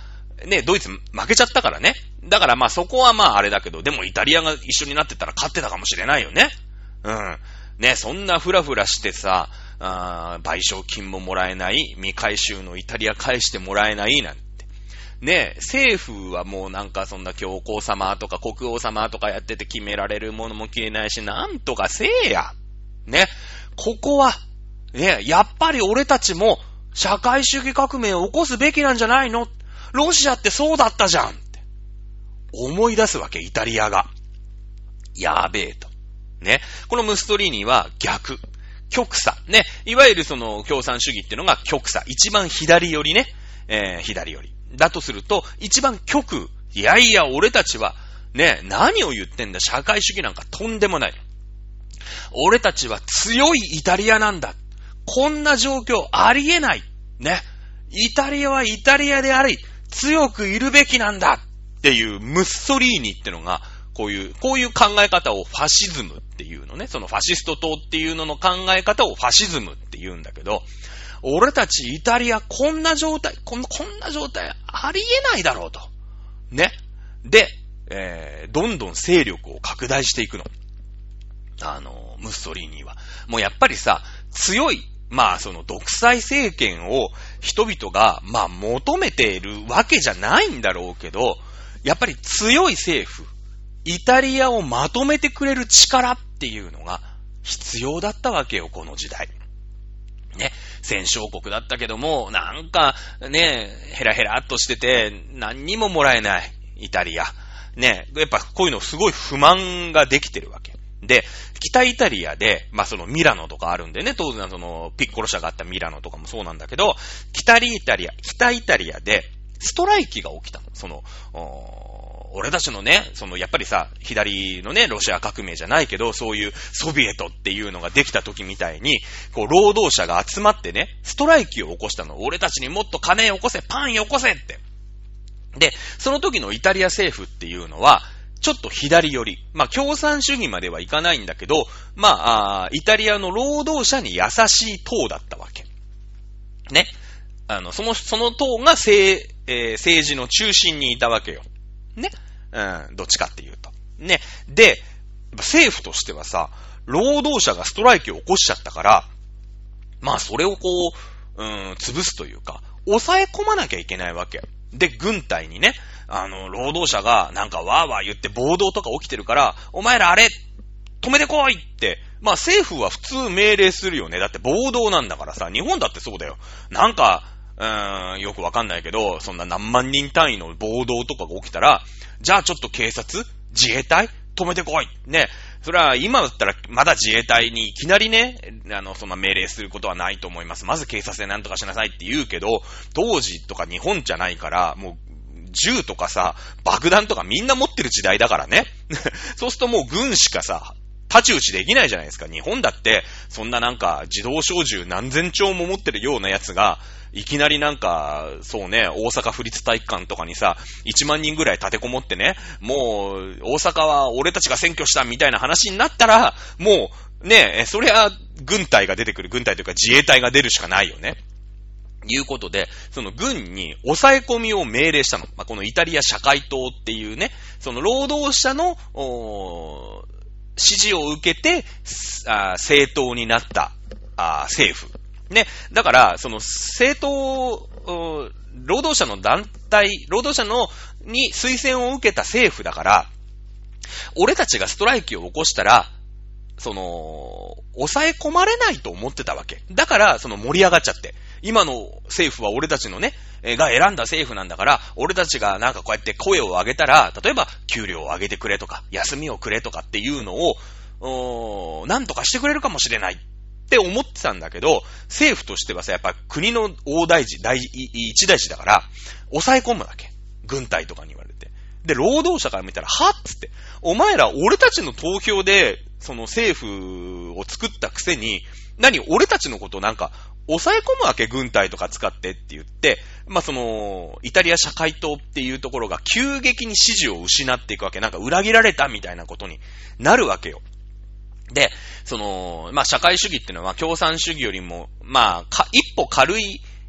Speaker 1: ね、ドイツ負けちゃったからね。だからまあそこはまああれだけど、でもイタリアが一緒になってたら勝ってたかもしれないよね。うん。ね、そんなフラフラしてさ、あ賠償金ももらえない、未回収のイタリア返してもらえないなんて。ね、政府はもうなんかそんな教皇様とか国王様とかやってて決められるものも消えないし、なんとかせえや。ね、ここは、ね、やっぱり俺たちも社会主義革命を起こすべきなんじゃないの？ロシアってそうだったじゃんって思い出すわけ、イタリアが。やべえと。ね。このムッソリーニは逆。極左。ね。いわゆるその共産主義っていうのが極左。一番左寄りね。えー、左寄り。だとすると、一番極。いやいや、俺たちは、ね、何を言ってんだ。社会主義なんかとんでもない。俺たちは強いイタリアなんだ。こんな状況ありえない。ね。イタリアはイタリアであり、強くいるべきなんだっていうムッソリーニってのが、こういう、こういう考え方をファシズムっていうのね。そのファシスト党っていうのの考え方をファシズムって言うんだけど、俺たちイタリアこんな状態、こんな、こんな状態ありえないだろうと。ね。で、えー、どんどん勢力を拡大していくの。あの、ムッソリーニは。もうやっぱりさ、強い、まあその独裁政権を人々がまあ求めているわけじゃないんだろうけど、やっぱり強い政府、イタリアをまとめてくれる力っていうのが必要だったわけよ、この時代。ね、戦勝国だったけども、なんかね、ヘラヘラっとしてて何にももらえないイタリア。ね、やっぱこういうのすごい不満ができてるわけ。で、北イタリアで、まあ、そのミラノとかあるんでね、当然そのピッコロ社があったミラノとかもそうなんだけど、北イタリア、北イタリアでストライキが起きたの。その、俺たちのね、そのやっぱりさ、左のね、ロシア革命じゃないけど、そういうソビエトっていうのができた時みたいに、こう、労働者が集まってね、ストライキを起こしたの。俺たちにもっと金よこせ、パンよこせって。で、その時のイタリア政府っていうのは、ちょっと左寄り。まあ、共産主義まではいかないんだけど、まあ、あイタリアの労働者に優しい党だったわけ。ね。あの、その、その党が政、えー、政治の中心にいたわけよ。ね。うん、どっちかっていうと。ね。で、政府としてはさ、労働者がストライキを起こしちゃったから、まあ、それをこう、うん、潰すというか、抑え込まなきゃいけないわけ。で、軍隊にね、あの、労働者がなんかわーわー言って暴動とか起きてるから、お前らあれ、止めてこいって、まあ政府は普通命令するよね。だって暴動なんだからさ、日本だってそうだよ。なんか、うーん、よくわかんないけど、そんな何万人単位の暴動とかが起きたら、じゃあちょっと警察、自衛隊、止めてこいね。それは今だったらまだ自衛隊にいきなりね、あの、そんな命令することはないと思います。まず警察で何とかしなさいって言うけど、当時とか日本じゃないから、もう、銃とかさ、爆弾とかみんな持ってる時代だからね。そうするともう軍しかさ、太刀打ちできないじゃないですか。日本だって、そんななんか自動小銃何千丁も持ってるようなやつが、いきなりなんか、そうね、大阪府立体育館とかにさ、いちまんにんぐらい立てこもってね、もう、大阪は俺たちが占拠したみたいな話になったら、もう、ね、そりゃ、軍隊が出てくる、軍隊というか自衛隊が出るしかないよね。いうことで、その軍に抑え込みを命令したの。まあ、このイタリア社会党っていうね、その労働者の、指示を受けて、あ政党になったあ政府。ね。だから、その政党、労働者の団体、労働者のに推薦を受けた政府だから、俺たちがストライキを起こしたら、その、抑え込まれないと思ってたわけ。だから、その盛り上がっちゃって。今の政府は俺たちのね、が選んだ政府なんだから、俺たちがなんかこうやって声を上げたら、例えば給料を上げてくれとか、休みをくれとかっていうのを、なんとかしてくれるかもしれないって思ってたんだけど、政府としてはさ、やっぱ国の大大事、大一大事だから、抑え込むわけ。軍隊とかに言われて。で、労働者から見たら、はっつって、お前ら俺たちの投票で、その政府を作ったくせに、何俺たちのことなんか、抑え込むわけ軍隊とか使ってって言って、まあ、その、イタリア社会党っていうところが急激に支持を失っていくわけ。なんか裏切られたみたいなことになるわけよ。で、その、まあ、社会主義っていうのは共産主義よりも、まあ、か一歩軽い、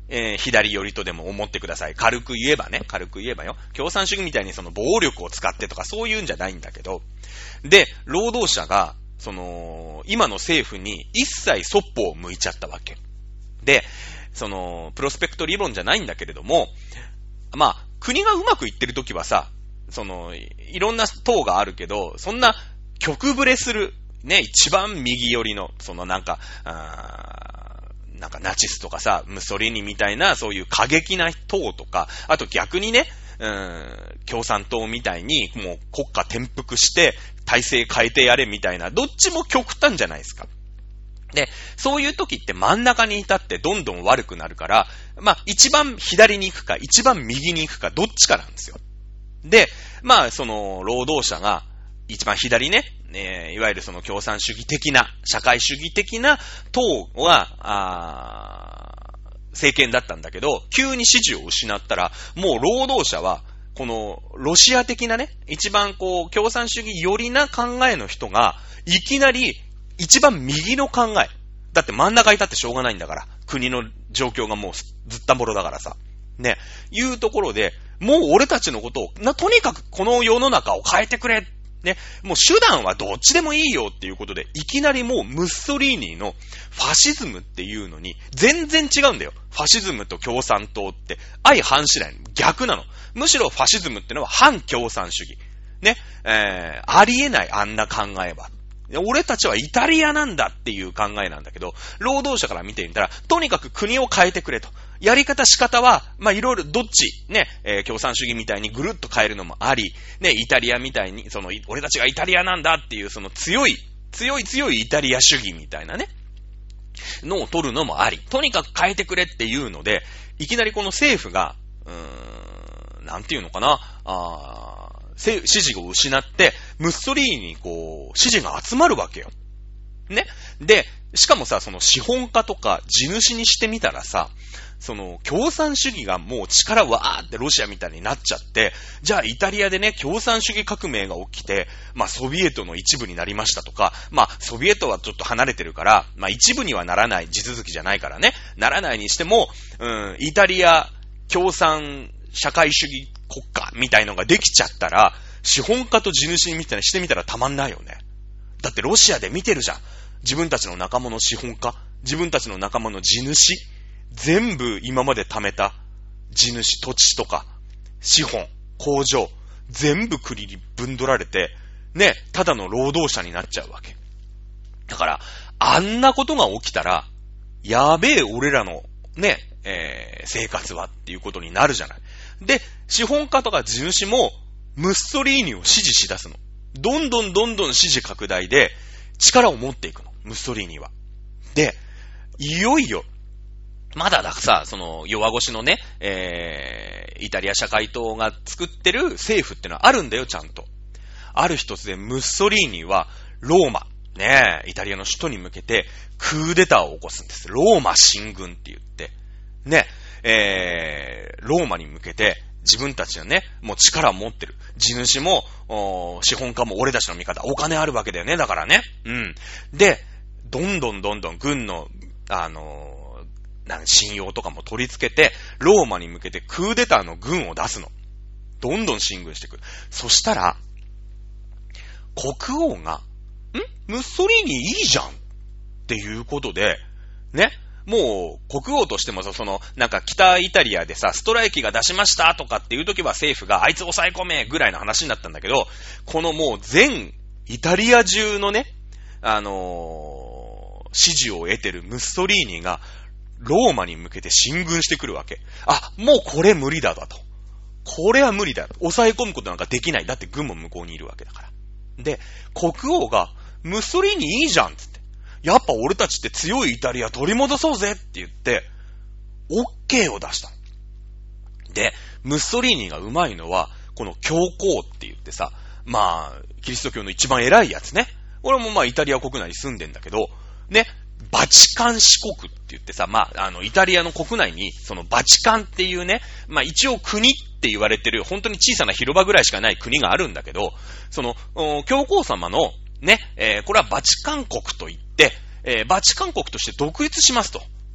Speaker 1: えー、左寄りとでも思ってください。軽く言えばね、軽く言えばよ。共産主義みたいにその暴力を使ってとかそういうんじゃないんだけど、で、労働者が、その、今の政府に一切そっぽを向いちゃったわけ。で、その、プロスペクト理論じゃないんだけれども、まあ、国がうまくいってるときはさ、その、いろんな党があるけど、そんな極ぶれする、ね、一番右寄りの、そのなんか、あなんかナチスとかさ、ムッソリーニみたいなそういう過激な党とか、あと逆にね、うーん、共産党みたいにもう国家転覆して体制変えてやれみたいな、どっちも極端じゃないですか。で、そういう時って真ん中にいたってどんどん悪くなるから、まあ一番左に行くか一番右に行くかどっちかなんですよ。で、まあその労働者が一番左ね、えー、いわゆるその共産主義的な、社会主義的な党は、あ政権だったんだけど、急に支持を失ったら、もう労働者は、このロシア的なね、一番こう共産主義寄りな考えの人が、いきなり一番右の考え。だって真ん中いたってしょうがないんだから。国の状況がもうずったぼろだからさ。ね。いうところで、もう俺たちのことを、な、とにかくこの世の中を変えてくれ。ね。もう手段はどっちでもいいよっていうことで、いきなりもうムッソリーニのファシズムっていうのに全然違うんだよ。ファシズムと共産党って相反しない。逆なの。むしろファシズムってのは反共産主義。ね。えー、ありえないあんな考えは。俺たちはイタリアなんだっていう考えなんだけど、労働者から見てみたら、とにかく国を変えてくれと。やり方仕方は、まあ、いろいろどっち、ね、えー、共産主義みたいにぐるっと変えるのもあり、ね、イタリアみたいに、その、俺たちがイタリアなんだっていう、その強い、強い強いイタリア主義みたいなね、のを取るのもあり、とにかく変えてくれっていうので、いきなりこの政府が、うーん、なんていうのかな、あー、支持を失って、ムッソリーニにこう、支持が集まるわけよ。ね。で、しかもさ、その資本家とか地主にしてみたらさ、その共産主義がもう力わーってロシアみたいになっちゃって、じゃあイタリアでね、共産主義革命が起きて、まあソビエトの一部になりましたとか、まあソビエトはちょっと離れてるから、まあ一部にはならない地続きじゃないからね、ならないにしても、うん、イタリア共産社会主義国家みたいのができちゃったら、資本家と地主に見たりしてみたらたまんないよね。だってロシアで見てるじゃん。自分たちの仲間の資本家、自分たちの仲間の地主、全部今まで貯めた地主、土地とか、資本、工場、全部国に分取られて、ね、ただの労働者になっちゃうわけ。だから、あんなことが起きたら、やべえ俺らのね、えー、生活はっていうことになるじゃない。で、資本家とか地主もムッソリーニを支持し出すの。どんどんどんどん支持拡大で力を持っていくの。ムッソリーニは。で、いよいよ、まだださ、その弱腰のね、えー、イタリア社会党が作ってる政府ってのはあるんだよ、ちゃんと。ある一つでムッソリーニはローマ、ねえ、イタリアの首都に向けてクーデターを起こすんです。ローマ進軍って言って。ね、えー、ローマに向けて自分たちのね、もう力を持ってる。地主も、資本家も俺たちの味方。お金あるわけだよね、だからね。うん。で、どんどんどんどん軍の、あのー、なん信用とかも取り付けて、ローマに向けてクーデターの軍を出すの。どんどん進軍してくる。そしたら、国王が、んムッソリーニいいじゃんっていうことで、ね。もう、国王としてもさ、その、なんか北イタリアでさ、ストライキが出しましたとかっていう時は政府があいつ抑え込めぐらいの話になったんだけど、このもう全イタリア中のね、あのー、支持を得てるムッソリーニがローマに向けて進軍してくるわけ。あ、もうこれ無理だだと。これは無理だ。抑え込むことなんかできない。だって軍も向こうにいるわけだから。で、国王が、ムッソリーニいいじゃんつって。やっぱ俺たちって強いイタリア取り戻そうぜって言って、オッケーを出したの。で、ムッソリーニがうまいのは、この教皇って言ってさ、まあ、キリスト教の一番偉いやつね。俺もまあイタリア国内に住んでんだけど、ね、バチカン市国って言ってさ、まあ、あの、イタリアの国内に、そのバチカンっていうね、まあ一応国って言われてる、本当に小さな広場ぐらいしかない国があるんだけど、その、教皇様の、ね、えー、これはバチカン国と言って、えー、バチカン国として独立しますと。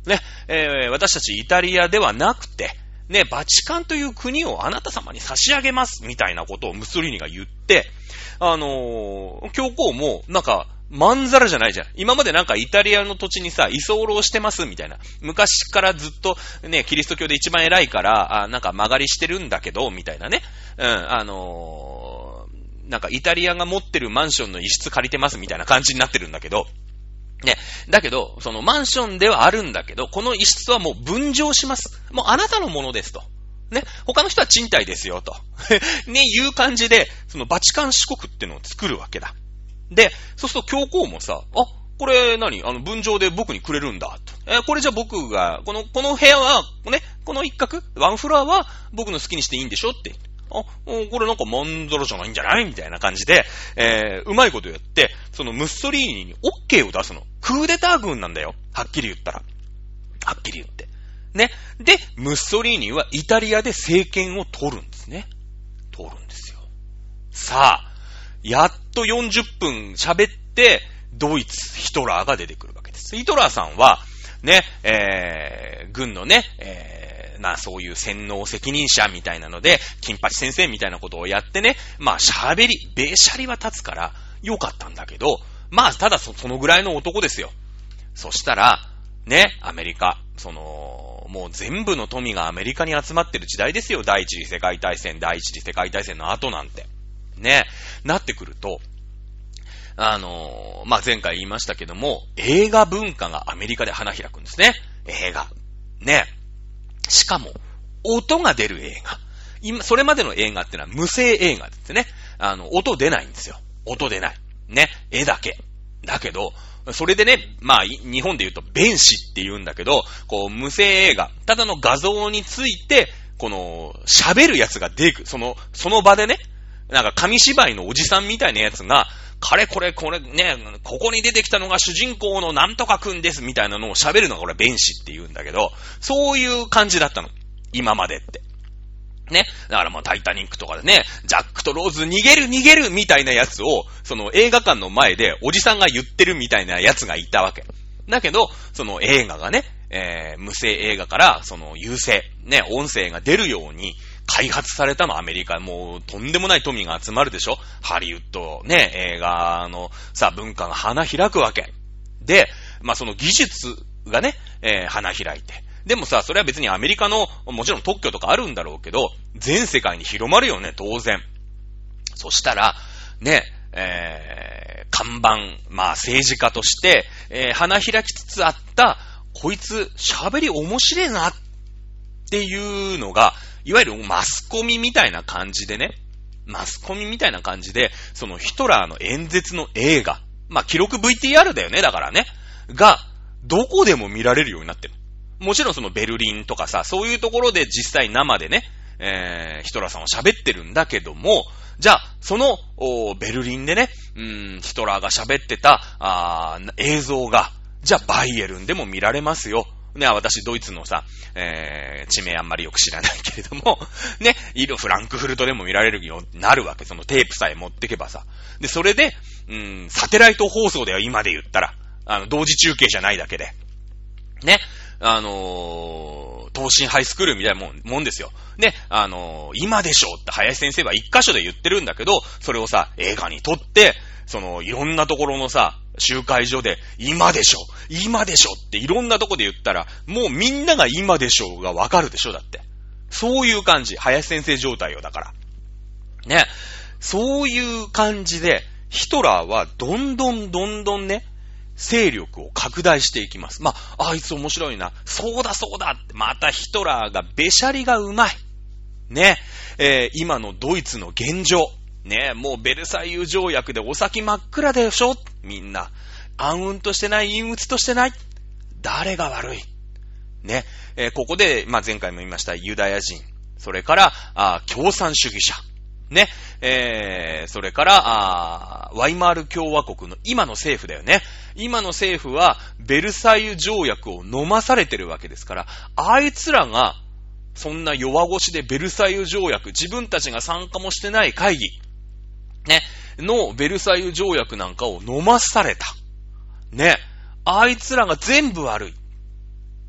Speaker 1: ね、えー、私たちイタリアではなくて、ね、バチカンという国をあなた様に差し上げます、みたいなことをムッソリーニが言って、あのー、教皇も、なんか、まんざらじゃないじゃん。今までなんかイタリアの土地にさ、居候してますみたいな。昔からずっとね、キリスト教で一番偉いから、あなんか曲がりしてるんだけど、みたいなね。うん、あのー、なんかイタリアが持ってるマンションの一室借りてますみたいな感じになってるんだけど、ね。だけど、そのマンションではあるんだけど、この一室はもう分譲します。もうあなたのものですと。ね。他の人は賃貸ですよと。ね、いう感じで、そのバチカン市国ってのを作るわけだ。で、そうすると教皇もさ、あ、これ何あの、分譲で僕にくれるんだと。えー、これじゃ僕が、この、この部屋は、ね、この一角、ワンフロアは僕の好きにしていいんでしょって。あ、これなんかまんざらじゃないんじゃないみたいな感じで、えー、うまいことやって、そのムッソリーニに OK を出すの。クーデター軍なんだよ。はっきり言ったら。はっきり言って。ね。で、ムッソリーニはイタリアで政権を取るんですね。取るんですよ。さあ、やっとよんじゅっぷん喋って、ドイツ、ヒトラーが出てくるわけです。ヒトラーさんは、ね、えー、軍のね、えー、な、そういう洗脳責任者みたいなので、金八先生みたいなことをやってね、まあ喋り、べしゃりは立つから、よかったんだけど、まあただそ、そのぐらいの男ですよ。そしたら、ね、アメリカ、その、もう全部の富がアメリカに集まってる時代ですよ。第一次世界大戦、第一次世界大戦の後なんて。ね、なってくると、あのー、まあ、前回言いましたけども、映画文化がアメリカで花開くんですね。映画。ね。しかも、音が出る映画。今、それまでの映画ってのは無声映画ですね。あの、音出ないんですよ。音出ない。ね。絵だけ。だけど、それでね、まあ、日本で言うと、弁士って言うんだけど、こう、無声映画、ただの画像について、この、喋るやつが出てくる。その、その場でね、なんか紙芝居のおじさんみたいなやつが、かれこれこれね、ここに出てきたのが主人公のなんとかくんですみたいなのを喋るのがこれ弁士って言うんだけど、そういう感じだったの。今までって。ね。だからもうタイタニックとかでね、ジャックとローズ逃げる逃げるみたいなやつを、その映画館の前でおじさんが言ってるみたいなやつがいたわけ。だけど、その映画がね、えー、無声映画からその有声、ね、音声が出るように、開発されたのアメリカ。もうとんでもない富が集まるでしょ。ハリウッドね、映画のさ、文化が花開くわけ。で、まあその技術がね、えー、花開いて。でもさ、それは別にアメリカの、もちろん特許とかあるんだろうけど、全世界に広まるよね、当然。そしたら、ね、えー、看板、まあ政治家として、えー、花開きつつあった、こいつ喋り面白いなっていうのが、いわゆるマスコミみたいな感じでね、マスコミみたいな感じで、そのヒトラーの演説の映画、まあ記録 ブイティーアール だよね、だからね、が、どこでも見られるようになってる。もちろんそのベルリンとかさ、そういうところで実際生でね、えー、ヒトラーさんは喋ってるんだけども、じゃあ、その、ベルリンでね、うーん、ヒトラーが喋ってた、あ映像が、じゃあバイエルンでも見られますよ。ね、私、ドイツのさ、えー、地名あんまりよく知らないけれども、ね、いるフランクフルトでも見られるようになるわけ。そのテープさえ持ってけばさ。で、それで、うん、サテライト放送だよ、今で言ったら。あの、同時中継じゃないだけで。ね、あのー、東進ハイスクールみたいなもん、もんですよ。ね、あのー、今でしょって林先生は一箇所で言ってるんだけど、それをさ、映画に撮って、その、いろんなところのさ、集会所で、今でしょ今でしょっていろんなとこで言ったら、もうみんなが今でしょがわかるでしょだって。そういう感じ。林先生状態よ、だから。ね。そういう感じで、ヒトラーはどんどんどんどんね、勢力を拡大していきます。まあ、あいつ面白いな。そうだそうだって、またヒトラーがべしゃりがうまい。ね。えー、今のドイツの現状。ねえ、もうベルサイユ条約でお先真っ暗でしょみんな。暗雲としてない、陰鬱としてない。誰が悪いね、えー、ここで、まあ、前回も言いましたユダヤ人。それから、あ共産主義者。ね、えー、それから、あワイマール共和国の今の政府だよね。今の政府はベルサイユ条約を飲まされてるわけですから、あいつらが、そんな弱腰でベルサイユ条約、自分たちが参加もしてない会議、ね、のベルサイユ条約なんかを飲まされた。ね、あいつらが全部悪い。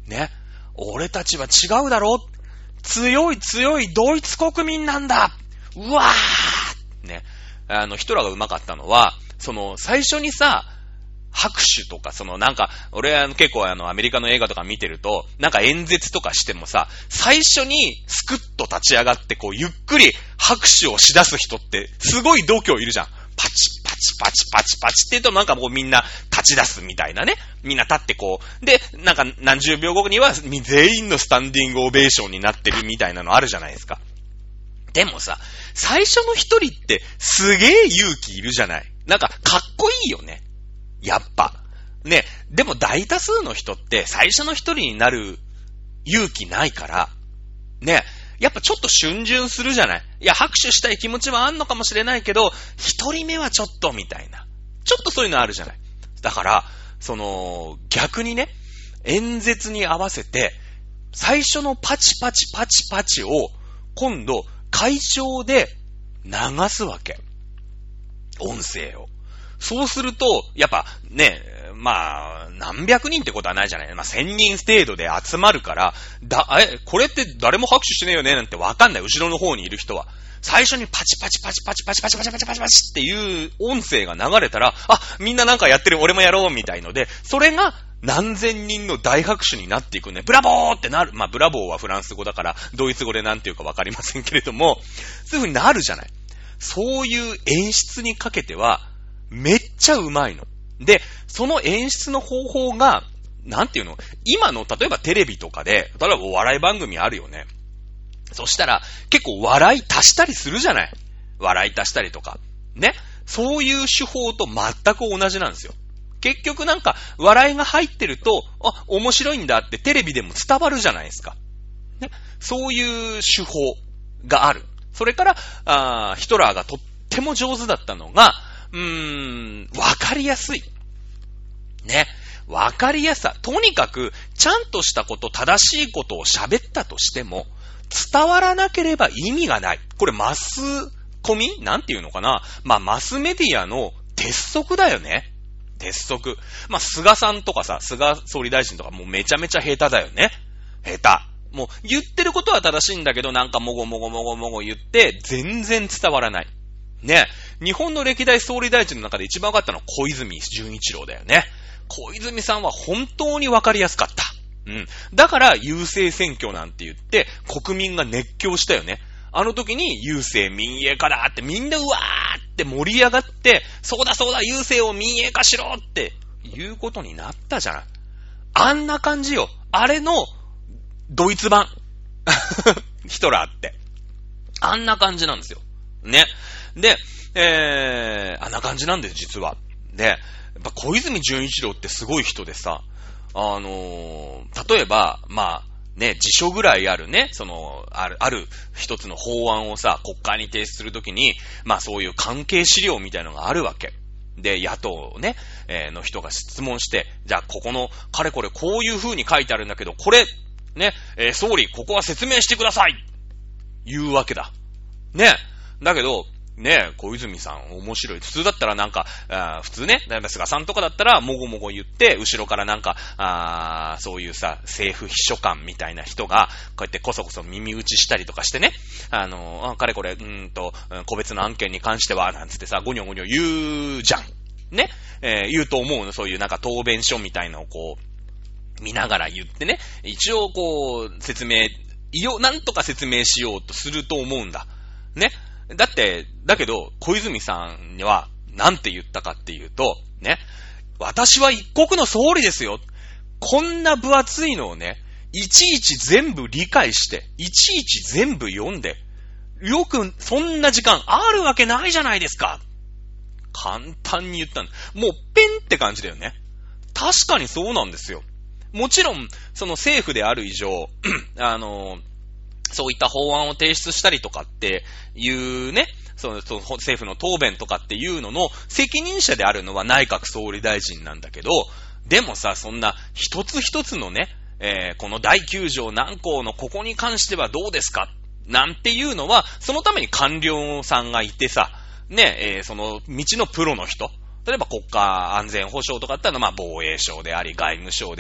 Speaker 1: ね。俺たちは違うだろ。強い強いドイツ国民なんだ。うわーね。あの、ヒトラーが上手かったのは、その、最初にさ、拍手とか、そのなんか、俺は結構あのアメリカの映画とか見てると、なんか演説とかしてもさ、最初にスクッと立ち上がってこうゆっくり拍手をしだす人ってすごい度胸いるじゃん。パチパチパチパチパチって言うとなんかもうみんな立ち出すみたいなね。みんな立ってこう。で、なんか何十秒後には全員のスタンディングオベーションになってるみたいなのあるじゃないですか。でもさ、最初の一人ってすげえ勇気いるじゃない。なんかかっこいいよね。やっぱ。ね。でも大多数の人って最初の一人になる勇気ないから、ね。やっぱちょっと逡巡するじゃない。いや、拍手したい気持ちはあんのかもしれないけど、一人目はちょっとみたいな。ちょっとそういうのあるじゃない。だから、その、逆にね、演説に合わせて、最初のパチパチパチパチを、今度、会場で流すわけ。音声を。そうすると、やっぱね、まあ、何百人ってことはないじゃない。まあ、千人程度で集まるから、だ、え、これって誰も拍手してねえよねなんてわかんない。後ろの方にいる人は。最初にパチパチパチパチパチパチパチパチパチパチっていう音声が流れたら、あ、みんななんかやってる、俺もやろうみたいので、それが何千人の大拍手になっていくね。ブラボーってなる。まあ、ブラボーはフランス語だから、ドイツ語でなんていうかわかりませんけれども、そういう風になるじゃない。そういう演出にかけては、めっちゃうまいの。で、その演出の方法が、なんていうの？今の、例えばテレビとかで、例えばお笑い番組あるよね。そしたら、結構笑い足したりするじゃない？笑い足したりとか。ね？そういう手法と全く同じなんですよ。結局なんか、笑いが入ってると、あ、面白いんだってテレビでも伝わるじゃないですか。ね？そういう手法がある。それから、あヒトラーがとっても上手だったのが、うーん、わかりやすい。ね。わかりやすさ。とにかく、ちゃんとしたこと、正しいことを喋ったとしても、伝わらなければ意味がない。これ、マスコミ？なんていうのかな？まあ、マスメディアの鉄則だよね。鉄則。まあ、菅さんとかさ、菅総理大臣とかもうめちゃめちゃ下手だよね。下手。もう、言ってることは正しいんだけど、なんかもごもごもごもご言って、全然伝わらない。ね。日本の歴代総理大臣の中で一番分かったのは小泉純一郎だよね。小泉さんは本当に分かりやすかった。うん。だから郵政選挙なんて言って国民が熱狂したよね。あの時に郵政民営化だってみんなうわーって盛り上がって、そうだそうだ郵政を民営化しろっていうことになったじゃない。あんな感じよ。あれのドイツ版。ヒトラーって。あんな感じなんですよ。ね。で、えー、あんな感じなんです、実は。で、やっぱ小泉純一郎ってすごい人でさ、あのー、例えば、まあ、ね、辞書ぐらいあるね、その、ある、ある一つの法案をさ、国会に提出するときに、まあそういう関係資料みたいなのがあるわけ。で、野党ね、えー、の人が質問して、じゃあここの、かれこれこういう風に書いてあるんだけど、これ、ね、えー、総理、ここは説明してください言うわけだ。ね。だけど、ね、小泉さん面白い。普通だったらなんか、あ普通ね、菅さんとかだったらもごもご言って、後ろからなんか、あそういうさ、政府秘書官みたいな人が、こうやってこそこそ耳打ちしたりとかしてね、あの、あかれこれ、うーんと、個別の案件に関しては、なんつってさ、ゴニョゴニョ言うじゃん。ね、えー、言うと思うの。そういうなんか答弁書みたいなのをこう、見ながら言ってね、一応こう、説明、いよ、なんとか説明しようとすると思うんだ。ね。だって、だけど、小泉さんには、なんて言ったかっていうと、ね、私は一国の総理ですよ。こんな分厚いのをね、いちいち全部理解して、いちいち全部読んで、よくそんな時間あるわけないじゃないですか。簡単に言ったんだ。もうペンって感じだよね。確かにそうなんですよ。もちろん、その政府である以上、あの、そういった法案を提出したりとかっていうね、その、その政府の答弁とかっていうのの責任者であるのは内閣総理大臣なんだけど、でもさ、そんな一つ一つのね、えー、このだいきゅう条何項のここに関してはどうですかなんていうのは、そのために官僚さんがいてさ、ね、えー、その道のプロの人、例えば国家安全保障とかだったら、まあ防衛省であり、外務省であり、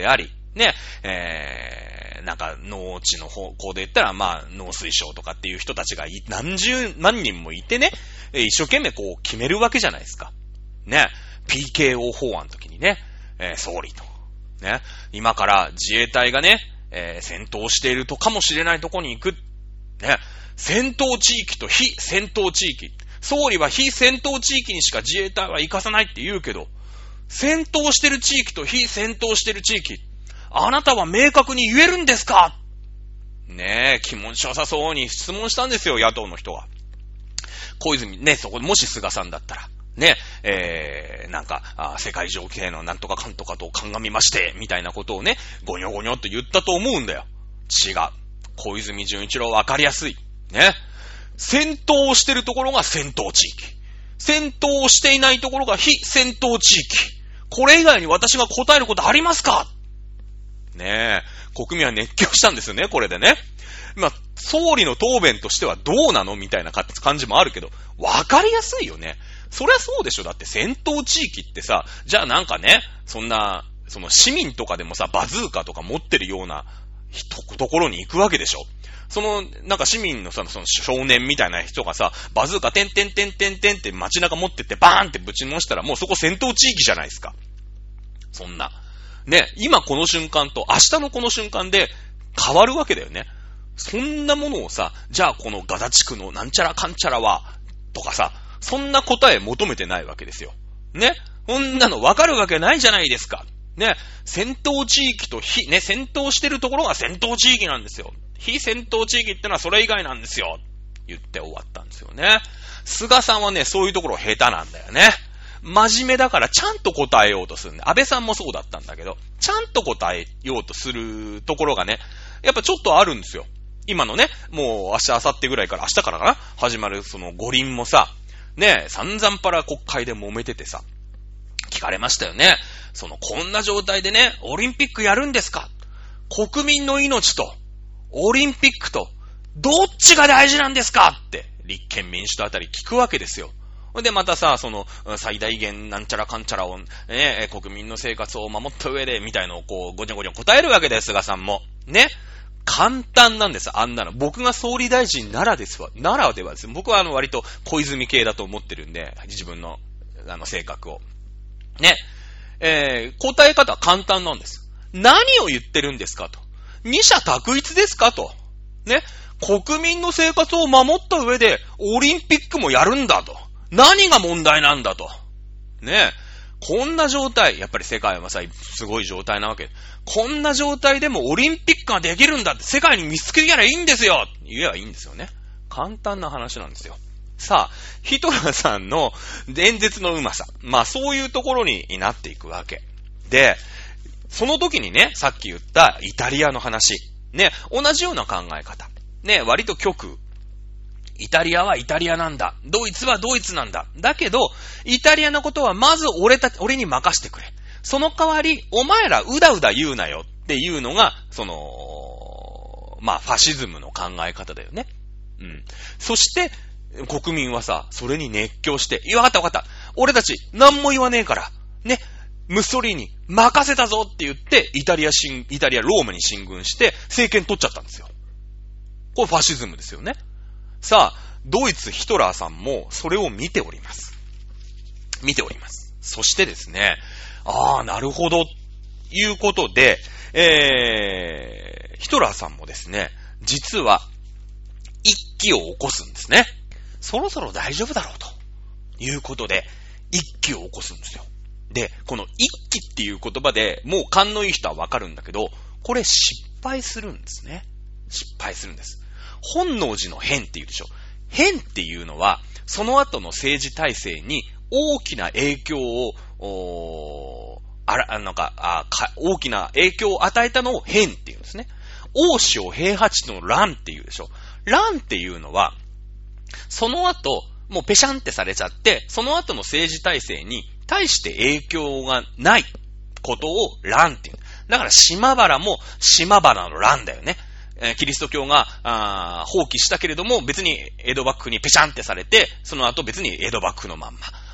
Speaker 1: ね、えー、なんか農地の方向で言ったら、まあ農水省とかっていう人たちが何十万人もいてね、一生懸命こう決めるわけじゃないですか。ね、ピーケーオー 法案の時にね、えー、総理と。ね、今から自衛隊がね、えー、戦闘しているとかもしれないとこに行く。ね、戦闘地域と非戦闘地域。総理は非戦闘地域にしか自衛隊は行かさないって言うけど、戦闘してる地域と非戦闘してる地域、あなたは明確に言えるんですか？ねえ、気持ちよさそうに質問したんですよ、野党の人が。小泉、ね、そこでもし菅さんだったら、ね、えー、なんか、あ世界情勢のなんとかかんとかと鑑みまして、みたいなことをね、ゴニョゴニョっと言ったと思うんだよ。違う。小泉純一郎わかりやすい。ね。戦闘をしてるところが戦闘地域。戦闘をしていないところが非戦闘地域。これ以外に私が答えることありますか？ねえ。国民は熱狂したんですよね、これでね。まあ、総理の答弁としてはどうなのみたいな感じもあるけど、わかりやすいよね。そりゃそうでしょ。だって戦闘地域ってさ、じゃあなんかね、そんな、その市民とかでもさ、バズーカとか持ってるようなところに行くわけでしょ。その、なんか市民のさ、その少年みたいな人がさ、バズーカてんてんてんてんてんって街中持ってってバーンってぶちのしたらもうそこ戦闘地域じゃないですか。そんな。ね、今この瞬間と明日のこの瞬間で変わるわけだよね。そんなものをさ、じゃあこのガザ地区のなんちゃらかんちゃらは、とかさ、そんな答え求めてないわけですよ。ね。こんなのわかるわけないじゃないですか。ね。戦闘地域と非、ね、戦闘してるところが戦闘地域なんですよ。非戦闘地域ってのはそれ以外なんですよ。言って終わったんですよね。菅さんはね、そういうところ下手なんだよね。真面目だからちゃんと答えようとするんで。安倍さんもそうだったんだけど、ちゃんと答えようとするところがね、やっぱちょっとあるんですよ。今のね、もう明日、明後日ぐらいから、明日からかな始まるその五輪もさ、ね、散々パラ国会で揉めててさ、聞かれましたよね。その、こんな状態でね、オリンピックやるんですか？国民の命と、オリンピックと、どっちが大事なんですかって、立憲民主党あたり聞くわけですよ。で、またさ、その、最大限なんちゃらかんちゃらを、ね、国民の生活を守った上で、みたいのをこう、ごにょごにょ答えるわけです、菅さんも。ね。簡単なんです、あんなの。僕が総理大臣ならですわ。ならではです。僕はあの、割と小泉系だと思ってるんで、自分の、あの、性格を。ね。えー、答え方は簡単なんです。何を言ってるんですかと。二者択一ですかと。ね。国民の生活を守った上で、オリンピックもやるんだと。何が問題なんだと。ね。こんな状態、やっぱり世界はさ、すごい状態なわけ。こんな状態でもオリンピックができるんだって世界に見つけやらいいんですよ言えばいいんですよね。簡単な話なんですよ。さあ、ヒトラーさんの演説のうまさ。まあそういうところになっていくわけ。で、その時にね、さっき言ったイタリアの話。ね、同じような考え方。ね、割と極右。イタリアはイタリアなんだ。ドイツはドイツなんだ。だけど、イタリアのことはまず俺た、俺に任せてくれ。その代わり、お前らうだうだ言うなよっていうのが、その、まあ、ファシズムの考え方だよね。うん。そして、国民はさ、それに熱狂して、いや、わかったわかった。俺たち、何も言わねえから、ね、ムッソリーニ、任せたぞって言って、イタリア進、イタリア、ローマに進軍して、政権取っちゃったんですよ。これファシズムですよね。さあ、ドイツヒトラーさんもそれを見ております。見ております。そしてですね、ああ、なるほど、いうことで、えー、ヒトラーさんもですね、実は、一揆を起こすんですね。そろそろ大丈夫だろうということで、一揆を起こすんですよ。で、この一揆っていう言葉でもう勘のいい人はわかるんだけど、これ失敗するんですね。失敗するんです。本能寺の変って言うでしょ。変っていうのは、その後の政治体制に大きな影響を、おあら、なんか、あか、大きな影響を与えたのを変って言うんですね。大塩平八の乱って言うでしょ。乱っていうのは、その後、もうペシャンってされちゃって、その後の政治体制に対して影響がないことを乱って言う。だから島原も島原の乱だよね。キリスト教が放棄したけれども別に江戸幕府にペシャンってされて、その後別に江戸幕府のまんま。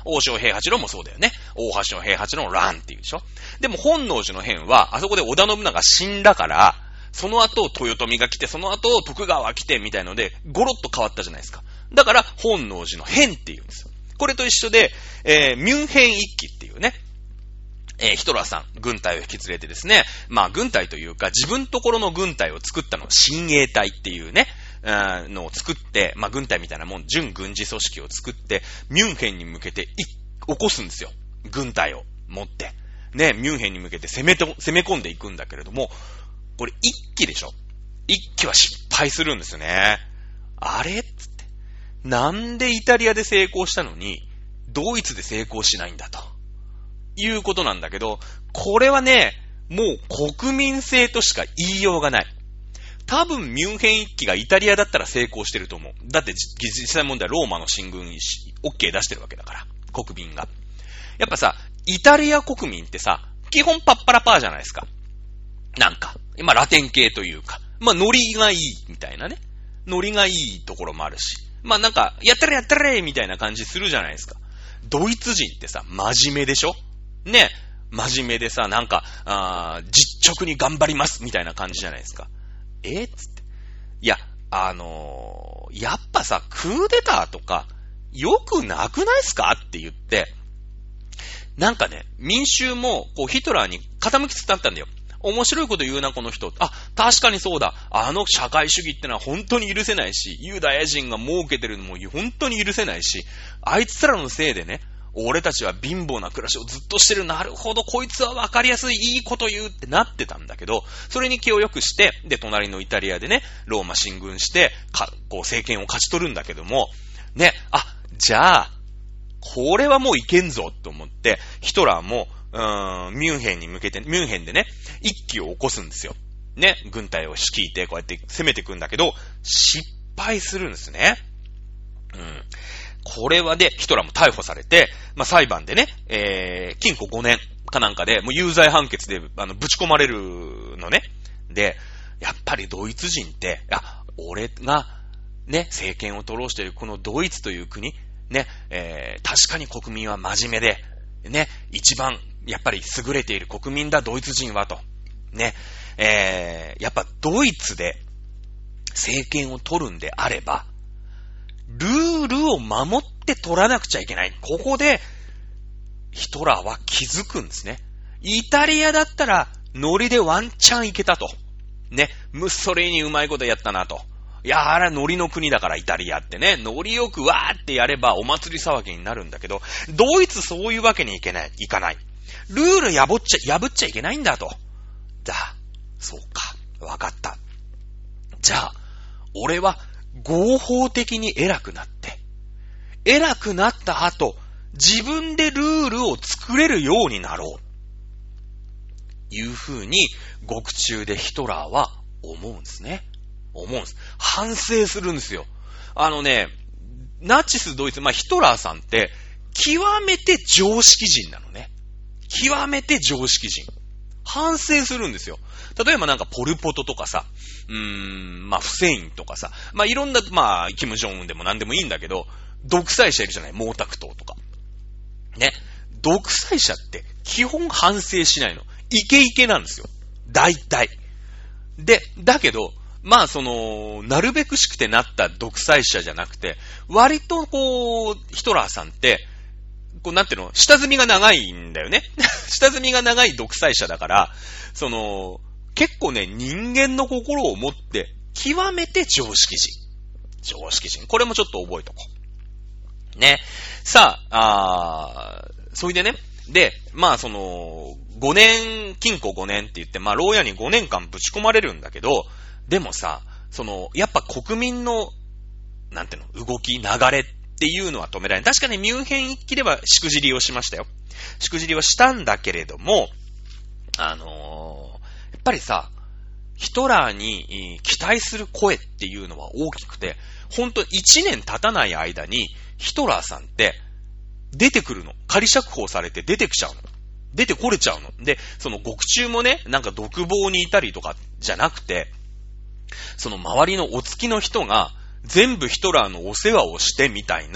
Speaker 1: 大塩平八郎もそうだよね。大橋の平八郎の乱っていうでしょ。でも本能寺の変は、あそこで織田信長死んだから、その後豊臣が来て、その後徳川が来てみたいので、ゴロッと変わったじゃないですか。だから本能寺の変っていうんですよ。これと一緒で、えー、ミュンヘン一揆っていうね、えー、ヒトラーさん、軍隊を引き連れてですね、まあ軍隊というか自分ところの軍隊を作ったの、親衛隊っていうね、のを作って、まあ軍隊みたいなもん、準軍事組織を作って、ミュンヘンに向けてい起こすんですよ。軍隊を持って。ね、ミュンヘンに向けて攻めと、攻め込んでいくんだけれども、これ一揆でしょ。一揆は失敗するんですよね。あれっつって。なんでイタリアで成功したのに、ドイツで成功しないんだと。いうことなんだけど、これはね、もう国民性としか言いようがない。多分ミュンヘン一揆がイタリアだったら成功してると思う。だって実際問題はローマの進軍に OK 出してるわけだから、国民が。やっぱさ、イタリア国民ってさ、基本パッパラパーじゃないですか。なんか、まあラテン系というか、まあノリがいいみたいなね。ノリがいいところもあるし。まあなんか、やったれやったれみたいな感じするじゃないですか。ドイツ人ってさ、真面目でしょ？ね、真面目でさ、なんか、あ実直に頑張りますみたいな感じじゃないですか。えっつって。いや、あのー、やっぱさ、クーデターとか、よくなくないっすかって言って、なんかね、民衆も、こう、ヒトラーに傾きつつあったんだよ。面白いこと言うな、この人。あ、確かにそうだ。あの社会主義ってのは本当に許せないし、ユダヤ人が儲けてるのも本当に許せないし、あいつらのせいでね、俺たちは貧乏な暮らしをずっとしてる。なるほど、こいつは分かりやすい、いいこと言うってなってたんだけど、それに気を良くして、で、隣のイタリアでね、ローマ進軍して、か、こう、政権を勝ち取るんだけども、ね、あ、じゃあ、これはもういけんぞと思って、ヒトラーも、うーん、ミュンヘンに向けて、ミュンヘンでね、一揆を起こすんですよ。ね、軍隊を率いて、こうやって攻めていくんだけど、失敗するんですね。うん。これはで、ヒトラーも逮捕されて、まあ、裁判でね、えー、禁錮ごねんかなんかで、もう有罪判決で、あの、ぶち込まれるのね。で、やっぱりドイツ人って、いや、俺が、ね、政権を取ろうしているこのドイツという国、ね、えー、確かに国民は真面目で、ね、一番、やっぱり優れている国民だ、ドイツ人はと。ね、えー、やっぱドイツで政権を取るんであれば、ルールを守って取らなくちゃいけない。ここで、ヒトラーは気づくんですね。イタリアだったら、ノリでワンチャンいけたと。ね、ムッソリーニうまいことやったなと。いや、あれはノリの国だからイタリアってね、ノリよくわーってやればお祭り騒ぎになるんだけど、ドイツそういうわけにいけない、いかない。ルール破っちゃ、破っちゃいけないんだと。だ、そうか、わかった。じゃあ、俺は合法的に偉くなって、偉くなった後、自分でルールを作れるようになろう。いう風に、獄中でヒトラーは思うんですね。思うんです。反省するんですよ。あのね、ナチスドイツ、まあ、ヒトラーさんって、極めて常識人なのね。極めて常識人。反省するんですよ。例えばなんかポルポトとかさ、うーん、まあ、フセインとかさ、まあ、いろんな、まあ、キム・ジョンウンでも何でもいいんだけど、独裁者いるじゃない、毛沢東とか。ね。独裁者って基本反省しないの。イケイケなんですよ。大体。で、だけど、まあその、なるべくしくてなった独裁者じゃなくて、割とこう、ヒトラーさんって、こうなんていうの、下積みが長いんだよね。下積みが長い独裁者だから、その、結構ね、人間の心を持って、極めて常識人。常識人。これもちょっと覚えとこう。ね。さあ、あそれでね、で、まあその、ごねん、禁錮ごねんって言って、まあ牢屋にごねんかんぶち込まれるんだけど、でもさ、その、やっぱ国民の、なんていうの、動き、流れっていうのは止められない。確かにミュンヘン一揆ではしくじりをしましたよ。しくじりをしたんだけれども、あのー、やっぱりさ、ヒトラーに期待する声っていうのは大きくて、ほんといちねん経たない間に、ヒトラーさんって出てくるの。仮釈放されて出てきちゃうの。出てこれちゃうの。で、その獄中もね、なんか独房にいたりとかじゃなくて、その周りのお付きの人が全部ヒトラーのお世話をしてみたいな、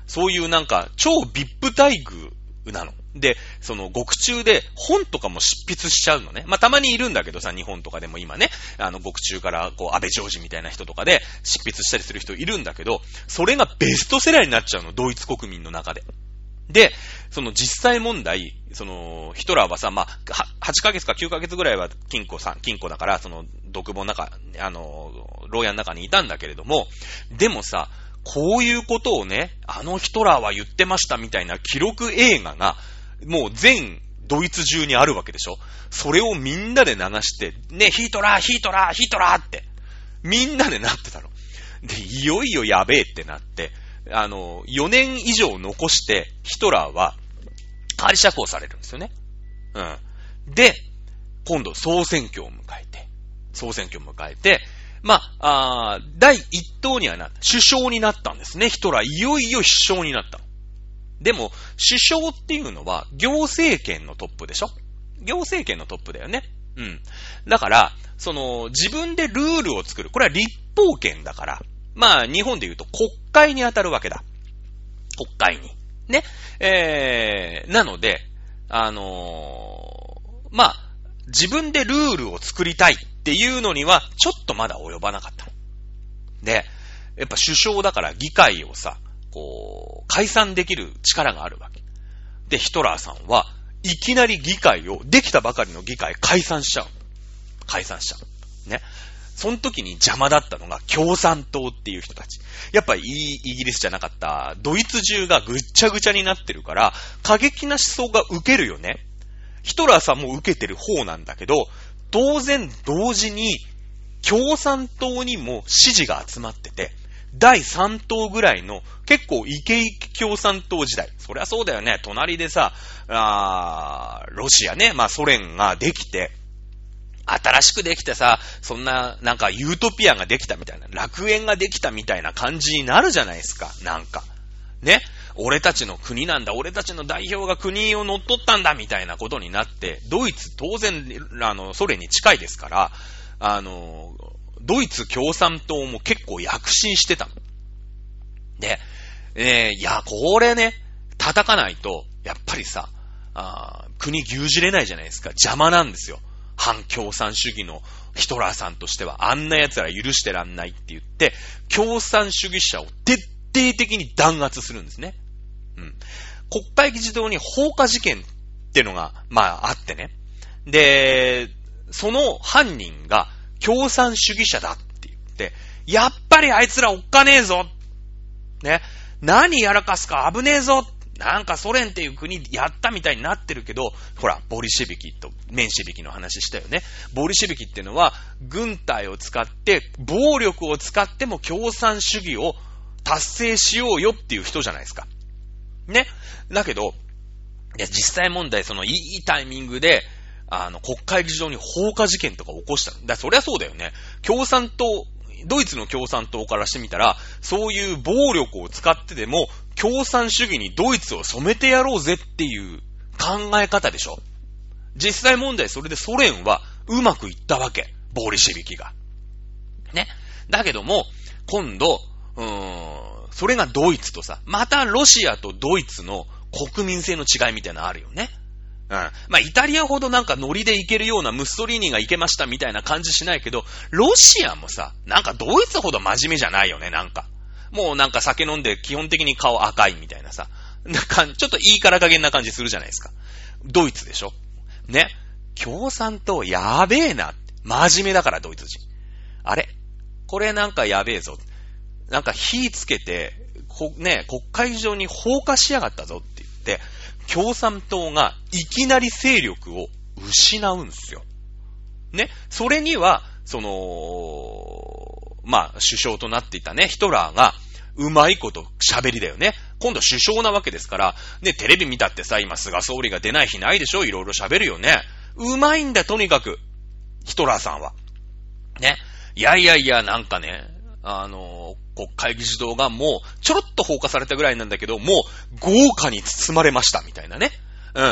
Speaker 1: そういうなんか、超 ブイアイピー 待遇なの。で、その、獄中で本とかも執筆しちゃうのね。まあ、たまにいるんだけどさ、日本とかでも今ね、あの、獄中から、こう、安倍ジョージみたいな人とかで執筆したりする人いるんだけど、それがベストセラーになっちゃうの、ドイツ国民の中で。で、その実際問題、その、ヒトラーはさ、まあ、はちかげつかきゅうかげつぐらいは金庫さん、金庫だから、その、独房の中、あの、牢屋の中にいたんだけれども、でもさ、こういうことをね、あのヒトラーは言ってましたみたいな記録映画が、もう全ドイツ中にあるわけでしょ。それをみんなで流して、ね、ヒトラー、ヒトラー、ヒトラーって、みんなでなってたの。で、いよいよやべえってなって、あの、よねん以上残して、ヒトラーは、仮釈放されるんですよね。うん。で、今度総選挙を迎えて、総選挙を迎えて、まあ、あ第一党にはなった。首相になったんですね。ヒトラー、いよいよ首相になった。でも、首相っていうのは、行政権のトップでしょ？行政権のトップだよね。うん。だから、その、自分でルールを作る。これは立法権だから、まあ、日本で言うと国会に当たるわけだ。国会に。ね。えー、なので、あのー、まあ、自分でルールを作りたいっていうのには、ちょっとまだ及ばなかった。で、やっぱ首相だから議会をさ、こう、解散できる力があるわけ。で、ヒトラーさんはいきなり議会を、できたばかりの議会解散しちゃう。解散しちゃう。ね。その時に邪魔だったのが共産党っていう人たち。やっぱりイギリスじゃなかった、ドイツ中がぐっちゃぐちゃになってるから、過激な思想が受けるよね。ヒトラーさんも受けてる方なんだけど、当然同時に共産党にも支持が集まってて、だいさん党ぐらいの結構イケイケ共産党時代。そりゃそうだよね。隣でさ、あロシアね、まあソ連ができて、新しくできてさ、そんな、なんかユートピアができたみたいな、楽園ができたみたいな感じになるじゃないですか。なんか。ね。俺たちの国なんだ、俺たちの代表が国を乗っ取ったんだ、みたいなことになって、ドイツ当然、あの、ソ連に近いですから、あの、ドイツ共産党も結構躍進してたの。で、えー、いや、これね、叩かないと、やっぱりさ、あ国牛耳れないじゃないですか。邪魔なんですよ。反共産主義のヒトラーさんとしては、あんな奴ら許してらんないって言って、共産主義者を徹底的に弾圧するんですね。うん。国会議事堂に放火事件ってのが、まああってね。で、その犯人が共産主義者だって言って、やっぱりあいつらおっかねえぞ。ね。何やらかすか危ねえぞ。なんかソ連っていう国やったみたいになってるけど、ほら、ボリシェビキとメンシェビキの話したよね。ボリシェビキっていうのは、軍隊を使って、暴力を使っても共産主義を達成しようよっていう人じゃないですか。ね。だけど、いや、実際問題、そのいいタイミングで、あの、国会議事堂に放火事件とか起こした。だからそりゃそうだよね。共産党、ドイツの共産党からしてみたら、そういう暴力を使ってでも、共産主義にドイツを染めてやろうぜっていう考え方でしょ。実際問題、それでソ連はうまくいったわけ。ボリシェビキが。ね。だけども、今度、うーん、それがドイツとさ、またロシアとドイツの国民性の違いみたいなのあるよね。うん。まあ、イタリアほどなんかノリでいけるようなムッソリーニがいけましたみたいな感じしないけど、ロシアもさ、なんかドイツほど真面目じゃないよね、なんか。もうなんか酒飲んで基本的に顔赤いみたいなさ、なんかちょっといいから加減な感じするじゃないですか。ドイツでしょね。共産党やべえな。真面目だからドイツ人。あれこれなんかやべえぞ。なんか火つけて、こね、国会議事堂に放火しやがったぞって言って、共産党がいきなり勢力を失うんですよ。ね。それには、その、まあ、首相となっていたね、ヒトラーが、うまいこと喋りだよね。今度首相なわけですから、ね、テレビ見たってさ、今菅総理が出ない日ないでしょ？いろいろ喋るよね。うまいんだ、とにかく。ヒトラーさんは。ね。いやいやいや、なんかね、あの、国会議事堂がもう、ちょろっと放火されたぐらいなんだけど、もう、豪華に包まれました、みたいなね。うん。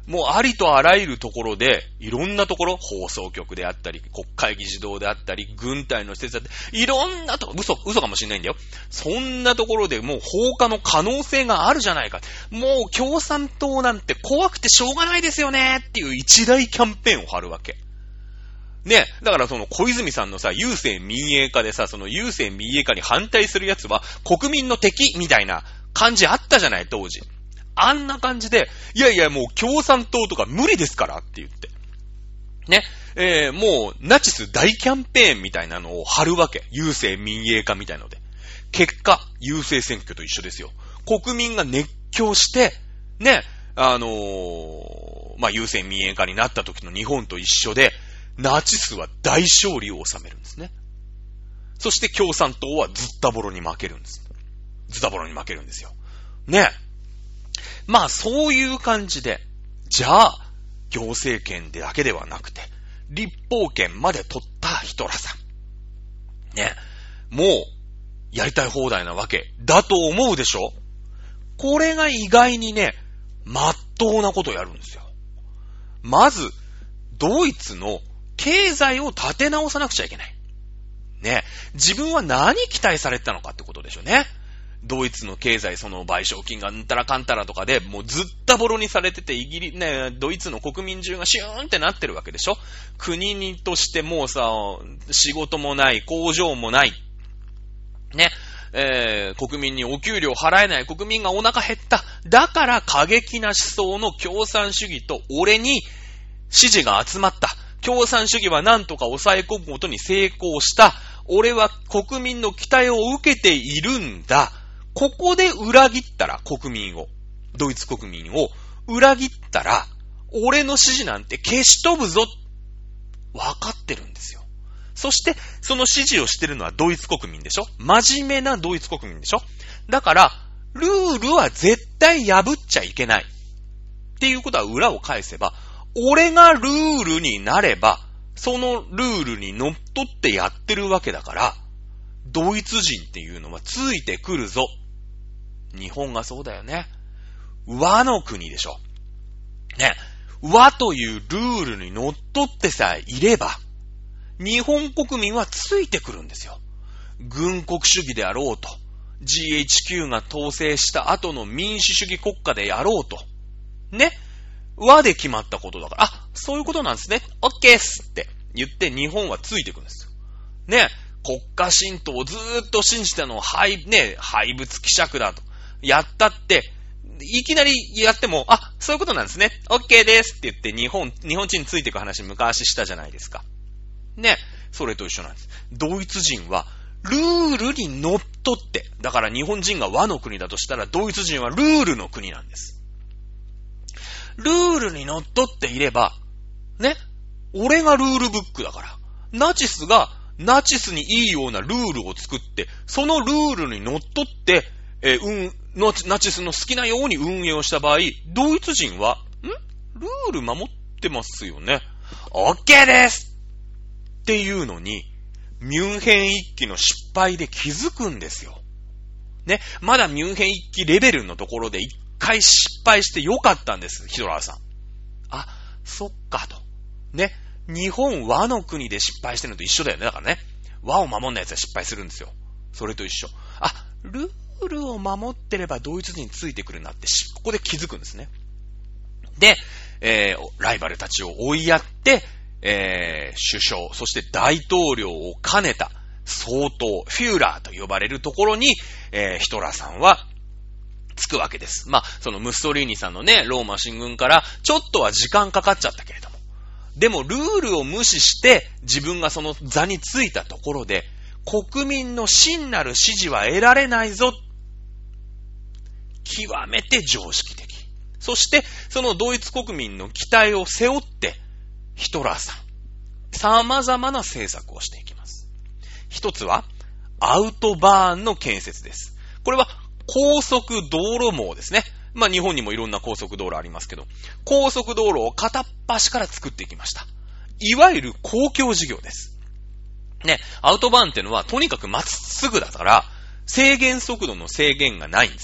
Speaker 1: もうありとあらゆるところで、いろんなところ、放送局であったり、国会議事堂であったり、軍隊の施設だったり、いろんなところ、嘘、嘘かもしれないんだよ。そんなところでもう放火の可能性があるじゃないか。もう共産党なんて怖くてしょうがないですよねっていう一大キャンペーンを張るわけ。ね、だからその小泉さんのさ、郵政民営化でさ、その郵政民営化に反対するやつは国民の敵みたいな感じあったじゃない、当時。あんな感じで、いやいやもう共産党とか無理ですからって言って。ね、えー、もうナチス大キャンペーンみたいなのを張るわけ。郵政民営化みたいので。結果、郵政選挙と一緒ですよ。国民が熱狂して、ね、あのー、まあ、郵政民営化になった時の日本と一緒で、ナチスは大勝利を収めるんですね。そして共産党はズッタボロに負けるんです。ズタボロに負けるんですよ。ね。まあそういう感じで、じゃあ、行政権だけではなくて、立法権まで取ったヒトラーさん。ね。もう、やりたい放題なわけだと思うでしょ？これが意外にね、まっとうなことをやるんですよ。まず、ドイツの経済を立て直さなくちゃいけない。ね。自分は何期待されてたのかってことでしょうね。ドイツの経済、その賠償金がんたらかんたらとかで、もうずったぼろにされてて、イギリス、ね、ドイツの国民中がシューンってなってるわけでしょ。国にとしてもうさ、仕事もない、工場もない。ね。えー、国民にお給料払えない、国民がお腹減った。だから過激な思想の共産主義と俺に支持が集まった。共産主義は何とか抑え込むことに成功した。俺は国民の期待を受けているんだ。ここで裏切ったら国民を、ドイツ国民を裏切ったら、俺の支持なんて消し飛ぶぞ。わかってるんですよ。そして、その支持をしてるのはドイツ国民でしょ？真面目なドイツ国民でしょ？だから、ルールは絶対破っちゃいけない。っていうことは裏を返せば、俺がルールになれば、そのルールにのっとってやってるわけだから、ドイツ人っていうのはついてくるぞ。日本がそうだよね。和の国でしょ。ね。和というルールにのっとってさえいれば、日本国民はついてくるんですよ。軍国主義であろうと、ジーエイチキュー が統制した後の民主主義国家であろうと、ね。和で決まったことだから、あ、そういうことなんですね。オッケーっすって言って日本はついてくるんですよ。ね。国家神道をずーっと信じたのを廃、ね、廃仏希釈だと。やったって、いきなりやっても、あ、そういうことなんですね。オッケーですって言って日本、日本人についていく話昔したじゃないですか。ね。それと一緒なんです。ドイツ人はルールにのっとって、だから日本人が和の国だとしたらドイツ人はルールの国なんです。ルールにのっとっていれば、ね。俺がルールブックだから。ナチスがナチスにいいようなルールを作って、そのルールにのっとって、えー、うん、ナチスの好きなように運営をした場合、ドイツ人は、ん？ルール守ってますよね。オッケーですっていうのに、ミュンヘン一揆の失敗で気づくんですよ。ね。まだミュンヘン一揆レベルのところで一回失敗してよかったんです、ヒトラーさん。あ、そっかと。ね。日本和の国で失敗してるのと一緒だよね。だからね。和を守んない奴は失敗するんですよ。それと一緒。あ、ルールを守ってればドイツ人についてくるなってここで気づくんですね。で、えー、ライバルたちを追いやって、えー、首相、そして大統領を兼ねた総統、フューラーと呼ばれるところに、えー、ヒトラーさんはつくわけです。まあ、そのムッソリーニさんのね、ローマ進軍からちょっとは時間かかっちゃったけれども。でもルールを無視して自分がその座についたところで国民の真なる支持は得られないぞ。極めて常識的。そしてそのドイツ国民の期待を背負ってヒトラーさん、様々な政策をしていきます。一つはアウトバーンの建設です。これは高速道路網ですね。まあ日本にもいろんな高速道路ありますけど、高速道路を片っ端から作っていきました。いわゆる公共事業です。ね、アウトバーンっていうのはとにかくまっすぐだから制限速度の制限がないんですね。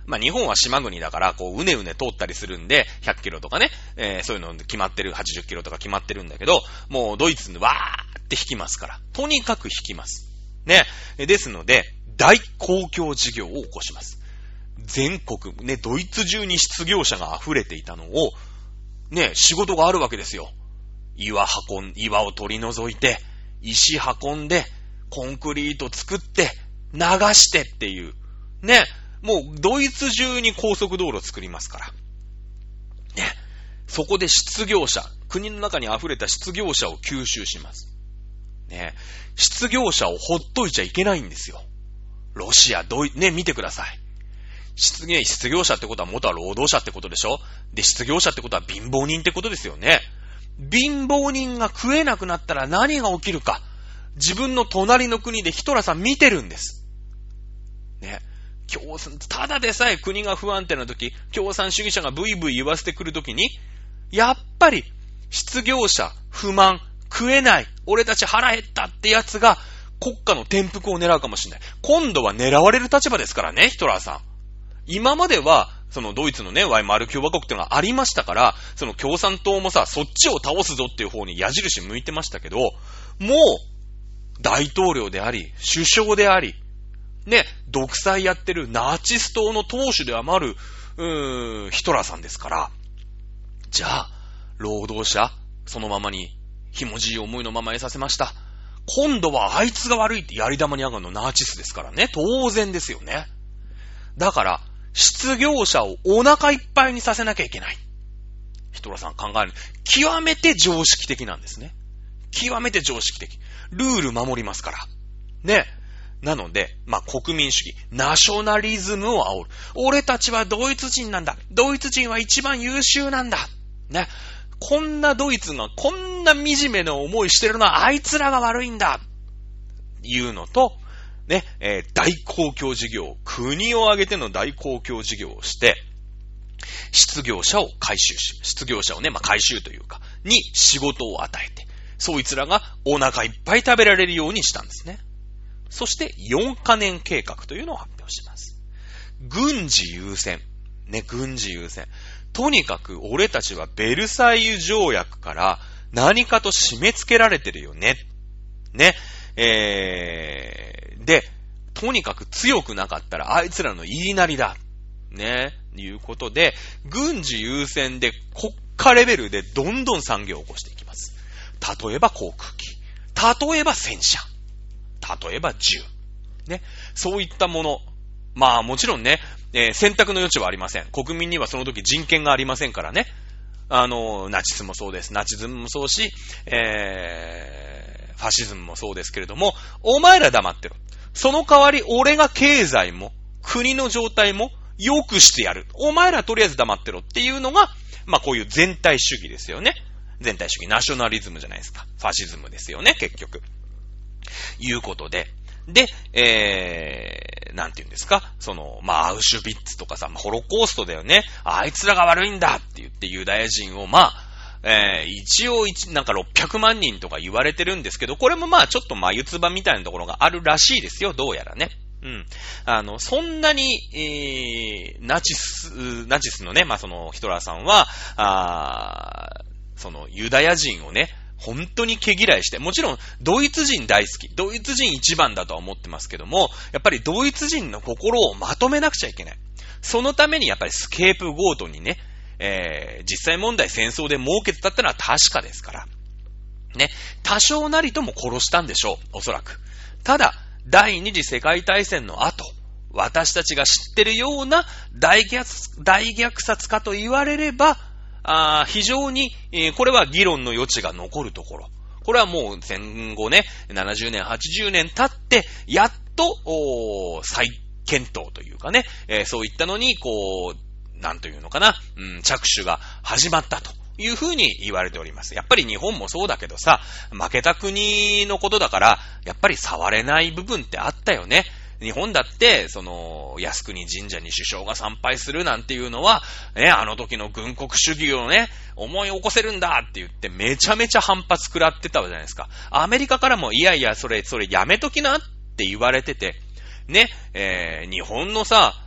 Speaker 1: まあ、日本は島国だから、こう、うねうね通ったりするんで、ひゃっキロとかね、えー、そういうの決まってる、はちじゅっキロとか決まってるんだけど、もうドイツにわーって引きますから。とにかく引きます。ね。ですので、大公共事業を起こします。全国、ね、ドイツ中に失業者が溢れていたのを、ね、仕事があるわけですよ。岩運ん、岩を取り除いて、石運んで、コンクリート作って、流してっていう。ね。もう、ドイツ中に高速道路作りますから。ね。そこで失業者、国の中に溢れた失業者を吸収します。ね。失業者をほっといちゃいけないんですよ。ロシア、ドイ、ね、見てください。失業、失業者ってことは元は労働者ってことでしょ？で、失業者ってことは貧乏人ってことですよね。貧乏人が食えなくなったら何が起きるか。自分の隣の国でヒトラーさん見てるんです。ね。共産、ただでさえ国が不安定な時、共産主義者がブイブイ言わせてくる時に、やっぱり失業者、不満、食えない、俺たち腹減ったってやつが国家の転覆を狙うかもしれない。今度は狙われる立場ですからね、ヒトラーさん。今までは、そのドイツのね、ワイマル共和国っていうのがありましたから、その共産党もさ、そっちを倒すぞっていう方に矢印向いてましたけど、もう、大統領であり、首相であり、ね、独裁やってるナチス党の党首である、うーん、ヒトラーさんですから、じゃあ、労働者、そのままに、ひもじい思いのままにさせました。今度はあいつが悪いってやり玉に上がるのナチスですからね、当然ですよね。だから、失業者をお腹いっぱいにさせなきゃいけない。ヒトラーさん考える。極めて常識的なんですね。極めて常識的。ルール守りますから。ね。なので、まあ、国民主義、ナショナリズムを煽る。俺たちはドイツ人なんだ。ドイツ人は一番優秀なんだ。ね。こんなドイツがこんな惨めな思いしてるのはあいつらが悪いんだ。いうのと、ね、えー、大公共事業、国を挙げての大公共事業をして、失業者を回収し、失業者をね、まあ、回収というか、に仕事を与えて、そいつらがお腹いっぱい食べられるようにしたんですね。そしてよんかねん計画というのを発表します。軍事優先。ね、軍事優先。とにかく俺たちはベルサイユ条約から何かと締め付けられてるよね。ね。えー、で、とにかく強くなかったらあいつらの言いなりだ。ね。いうことで、軍事優先で国家レベルでどんどん産業を起こしていきます。例えば航空機。例えば戦車。例えば銃。ね。そういったもの。まあもちろんね、えー、選択の余地はありません。国民にはその時人権がありませんからね。あの、ナチスもそうです。ナチズムもそうし、えー、ファシズムもそうですけれども、お前ら黙ってろ。その代わり俺が経済も、国の状態も良くしてやる。お前らとりあえず黙ってろっていうのが、まあこういう全体主義ですよね。全体主義。ナショナリズムじゃないですか。ファシズムですよね、結局。いうことで。で、えー、なんて言うんですか、その、まあ、アウシュビッツとかさ、ホロコーストだよね。あいつらが悪いんだって言ってユダヤ人を、まあ、えー、一応一、なんかろっぴゃくまんにんとか言われてるんですけど、これもまあ、ちょっと眉唾みたいなところがあるらしいですよ、どうやらね。うん。あの、そんなに、えー、ナチス、ナチスのね、まあ、その、ヒトラーさんは、あその、ユダヤ人をね、本当に毛嫌いして、もちろんドイツ人大好き、ドイツ人一番だとは思ってますけども、やっぱりドイツ人の心をまとめなくちゃいけない。そのためにやっぱりスケープゴートにね、えー、実際問題戦争で儲けてたってのは確かですから。ね、多少なりとも殺したんでしょう、おそらく。ただ、第二次世界大戦の後、私たちが知ってるような大虐、大虐殺かと言われれば、あ非常に、えー、これは議論の余地が残るところ。これはもう戦後ね、ななじゅうねん、はちじゅうねん経って、やっと、再検討というかね、えー、そういったのに、こう、なんというのかな、うん、着手が始まったというふうに言われております。やっぱり日本もそうだけどさ、負けた国のことだから、やっぱり触れない部分ってあったよね。日本だって、その、靖国神社に首相が参拝するなんていうのは、ね、あの時の軍国主義をね、思い起こせるんだって言って、めちゃめちゃ反発食らってたわけじゃないですか。アメリカからも、いやいや、それ、それやめときなって言われてて、ね、えー、日本のさ、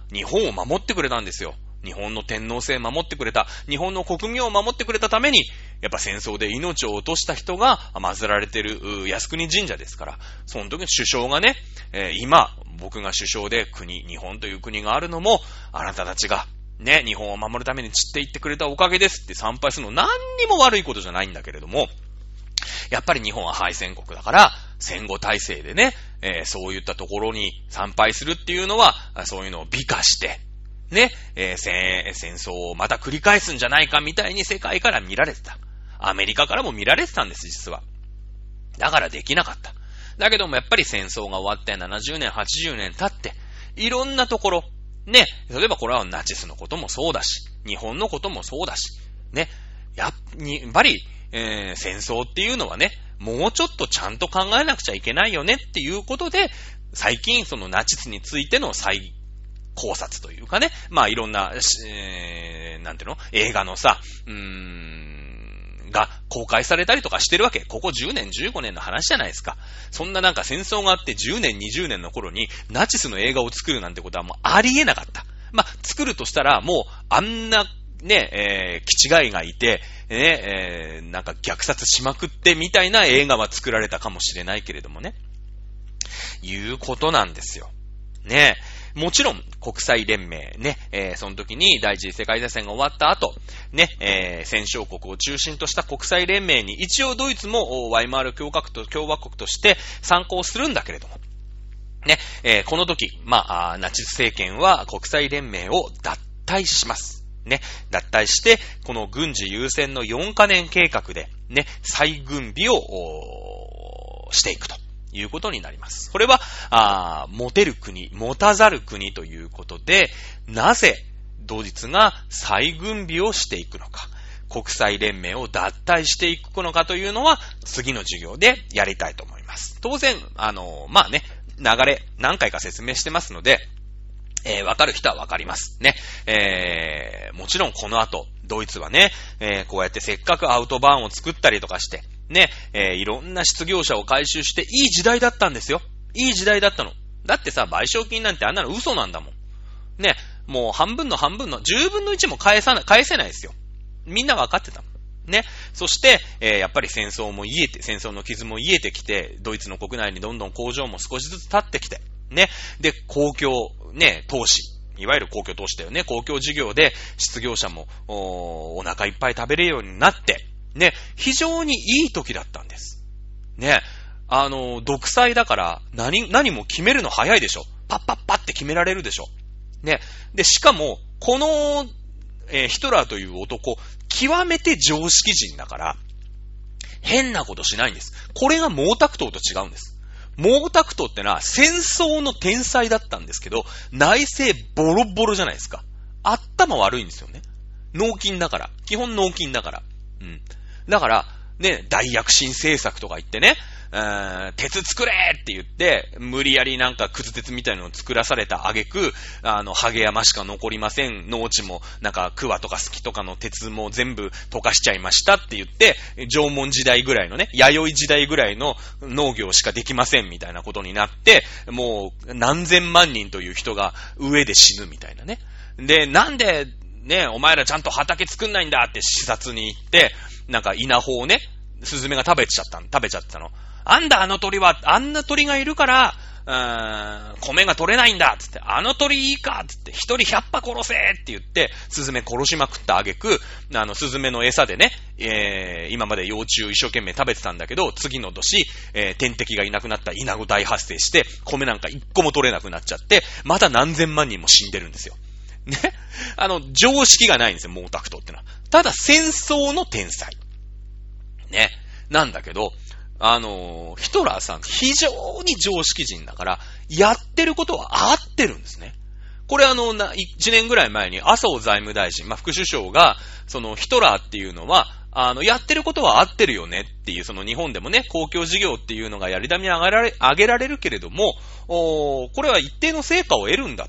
Speaker 1: 日本を守ってくれたんですよ。日本の天皇制守ってくれた、日本の国民を守ってくれたために、やっぱ戦争で命を落とした人が祀られてる靖国神社ですから、その時に首相がね、えー、今、僕が首相で国、日本という国があるのも、あなたたちが、ね、日本を守るために散っていってくれたおかげですって参拝するの何にも悪いことじゃないんだけれども、やっぱり日本は敗戦国だから、戦後体制でね、えー、そういったところに参拝するっていうのは、そういうのを美化して、ね、えー、戦、戦争をまた繰り返すんじゃないかみたいに世界から見られてた。アメリカからも見られてたんです、実は。だからできなかった。だけどもやっぱり戦争が終わってななじゅうねん、はちじゅうねん経って、いろんなところ、ね、例えばこれはナチスのこともそうだし、日本のこともそうだし、ね、やっぱり、えー、戦争っていうのはね、もうちょっとちゃんと考えなくちゃいけないよねっていうことで、最近そのナチスについての再考察というかね、まあいろんな、えー、なんていうの映画のさ、うーん、が公開されたりとかしてるわけ。ここじゅうねん、じゅうごねんの話じゃないですか。そんななんか戦争があってじゅうねん、にじゅうねんの頃にナチスの映画を作るなんてことはもうありえなかった。まあ作るとしたらもうあんなね、えー、気違いがいて、ね、えー、なんか虐殺しまくってみたいな映画は作られたかもしれないけれどもね。いうことなんですよ。ね。もちろん、国際連盟ね、えー、その時に第一次世界大戦が終わった後、ね、えー、戦勝国を中心とした国際連盟に一応ドイツもワイマール共和国と、共和国として参考するんだけれども、ね、えー、この時、まあ、ナチス政権は国際連盟を脱退します。ね、脱退して、この軍事優先のよんかねん計画で、ね、再軍備をしていくということになります。これは、あ持てる国、持たざる国ということで、なぜドイツが再軍備をしていくのか、国際連盟を脱退していくのかというのは、次の授業でやりたいと思います。当然、あの、まあね、流れ、何回か説明してますので、えー、わかる人はわかりますね。えー、もちろんこの後、ドイツはね、えー、こうやってせっかくアウトバーンを作ったりとかして、ね、えー、いろんな失業者を回収していい時代だったんですよ。いい時代だったの。だってさ、賠償金なんてあんなの嘘なんだもん。ね、もう半分の半分のじゅうぶんのいちも返さない、返せないですよ。みんなわかってたもん。ね。そして、えー、やっぱり戦争も癒えて、戦争の傷も癒えてきて、ドイツの国内にどんどん工場も少しずつ立ってきて、ね。で、公共、ね、投資。いわゆる公共投資だよね。公共事業で失業者も お, お腹いっぱい食べれるようになって、ね、非常にいい時だったんです。ね。あの、独裁だから何、何も決めるの早いでしょ。パッパッパって決められるでしょ。ね。で、しかも、この、えー、ヒトラーという男、極めて常識人だから、変なことしないんです。これが毛沢東と違うんです。毛沢東ってのは戦争の天才だったんですけど、内政ボロボロじゃないですか。頭悪いんですよね。脳筋だから。基本脳筋だから。うん。だから、ね、大躍進政策とか言ってね、うーん、鉄作れって言って、無理やりなんかくず鉄みたいなのを作らされた挙句、あの、ハゲ山しか残りません。農地も、なんか、桑とかスキとかの鉄も全部溶かしちゃいましたって言って、縄文時代ぐらいのね、弥生時代ぐらいの農業しかできませんみたいなことになって、もう何千万人という人が上で死ぬみたいなね。で、なんで、ね、お前らちゃんと畑作んないんだって視察に行って、なんか稲穂をね、スズメが食べちゃったの、食べちゃったの。あんだあの鳥は、あんな鳥がいるから、うーん、米が取れないんだつって、あの鳥いいかつって、一人百羽殺せって言って、スズメ殺しまくった挙句、あの、スズメの餌でね、えー、今まで幼虫を一生懸命食べてたんだけど、次の年、えー、天敵がいなくなったイナゴ大発生して、米なんか一個も取れなくなっちゃって、また何千万人も死んでるんですよ。ね。あの、常識がないんですよ、毛沢東ってのは。ただ、戦争の天才。ね。なんだけど、あのー、ヒトラーさん、非常に常識人だから、やってることは合ってるんですね。これあの、いちねんぐらい前に麻生財務大臣、まあ、副首相が、そのヒトラーっていうのは、あの、やってることは合ってるよねっていう、その日本でもね、公共事業っていうのがやり玉に上げられ、上げられるけれども、おこれは一定の成果を得るんだと。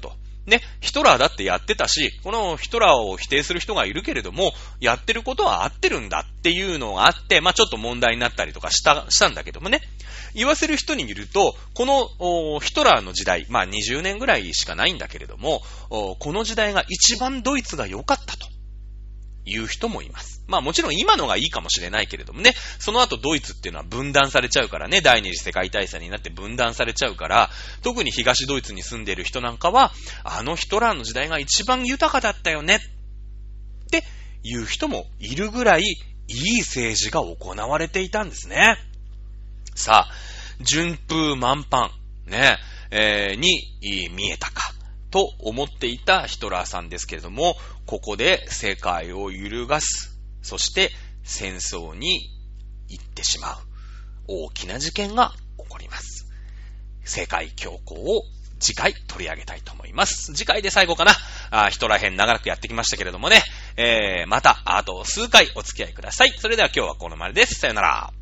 Speaker 1: ね、ヒトラーだってやってたし、このヒトラーを否定する人がいるけれども、やってることは合ってるんだっていうのがあって、まあちょっと問題になったりとかした、したんだけどもね。言わせる人に見ると、このヒトラーの時代、まあにじゅうねんぐらいしかないんだけれども、この時代が一番ドイツが良かったという人もいます。まあもちろん今のがいいかもしれないけれどもね、その後ドイツっていうのは分断されちゃうからね、第二次世界大戦になって分断されちゃうから、特に東ドイツに住んでいる人なんかは、あのヒトラーの時代が一番豊かだったよねっていう人もいるぐらい、いい政治が行われていたんですね。さあ、順風満帆、ね、えー、に見えたかと思っていたヒトラーさんですけれども、ここで世界を揺るがす、そして戦争に行ってしまう大きな事件が起こります。世界恐慌を次回取り上げたいと思います。次回で最後かな。あ、ヒトラー編長くやってきましたけれどもね、えー、またあと数回お付き合いください。それでは今日はこのまでです。さよなら。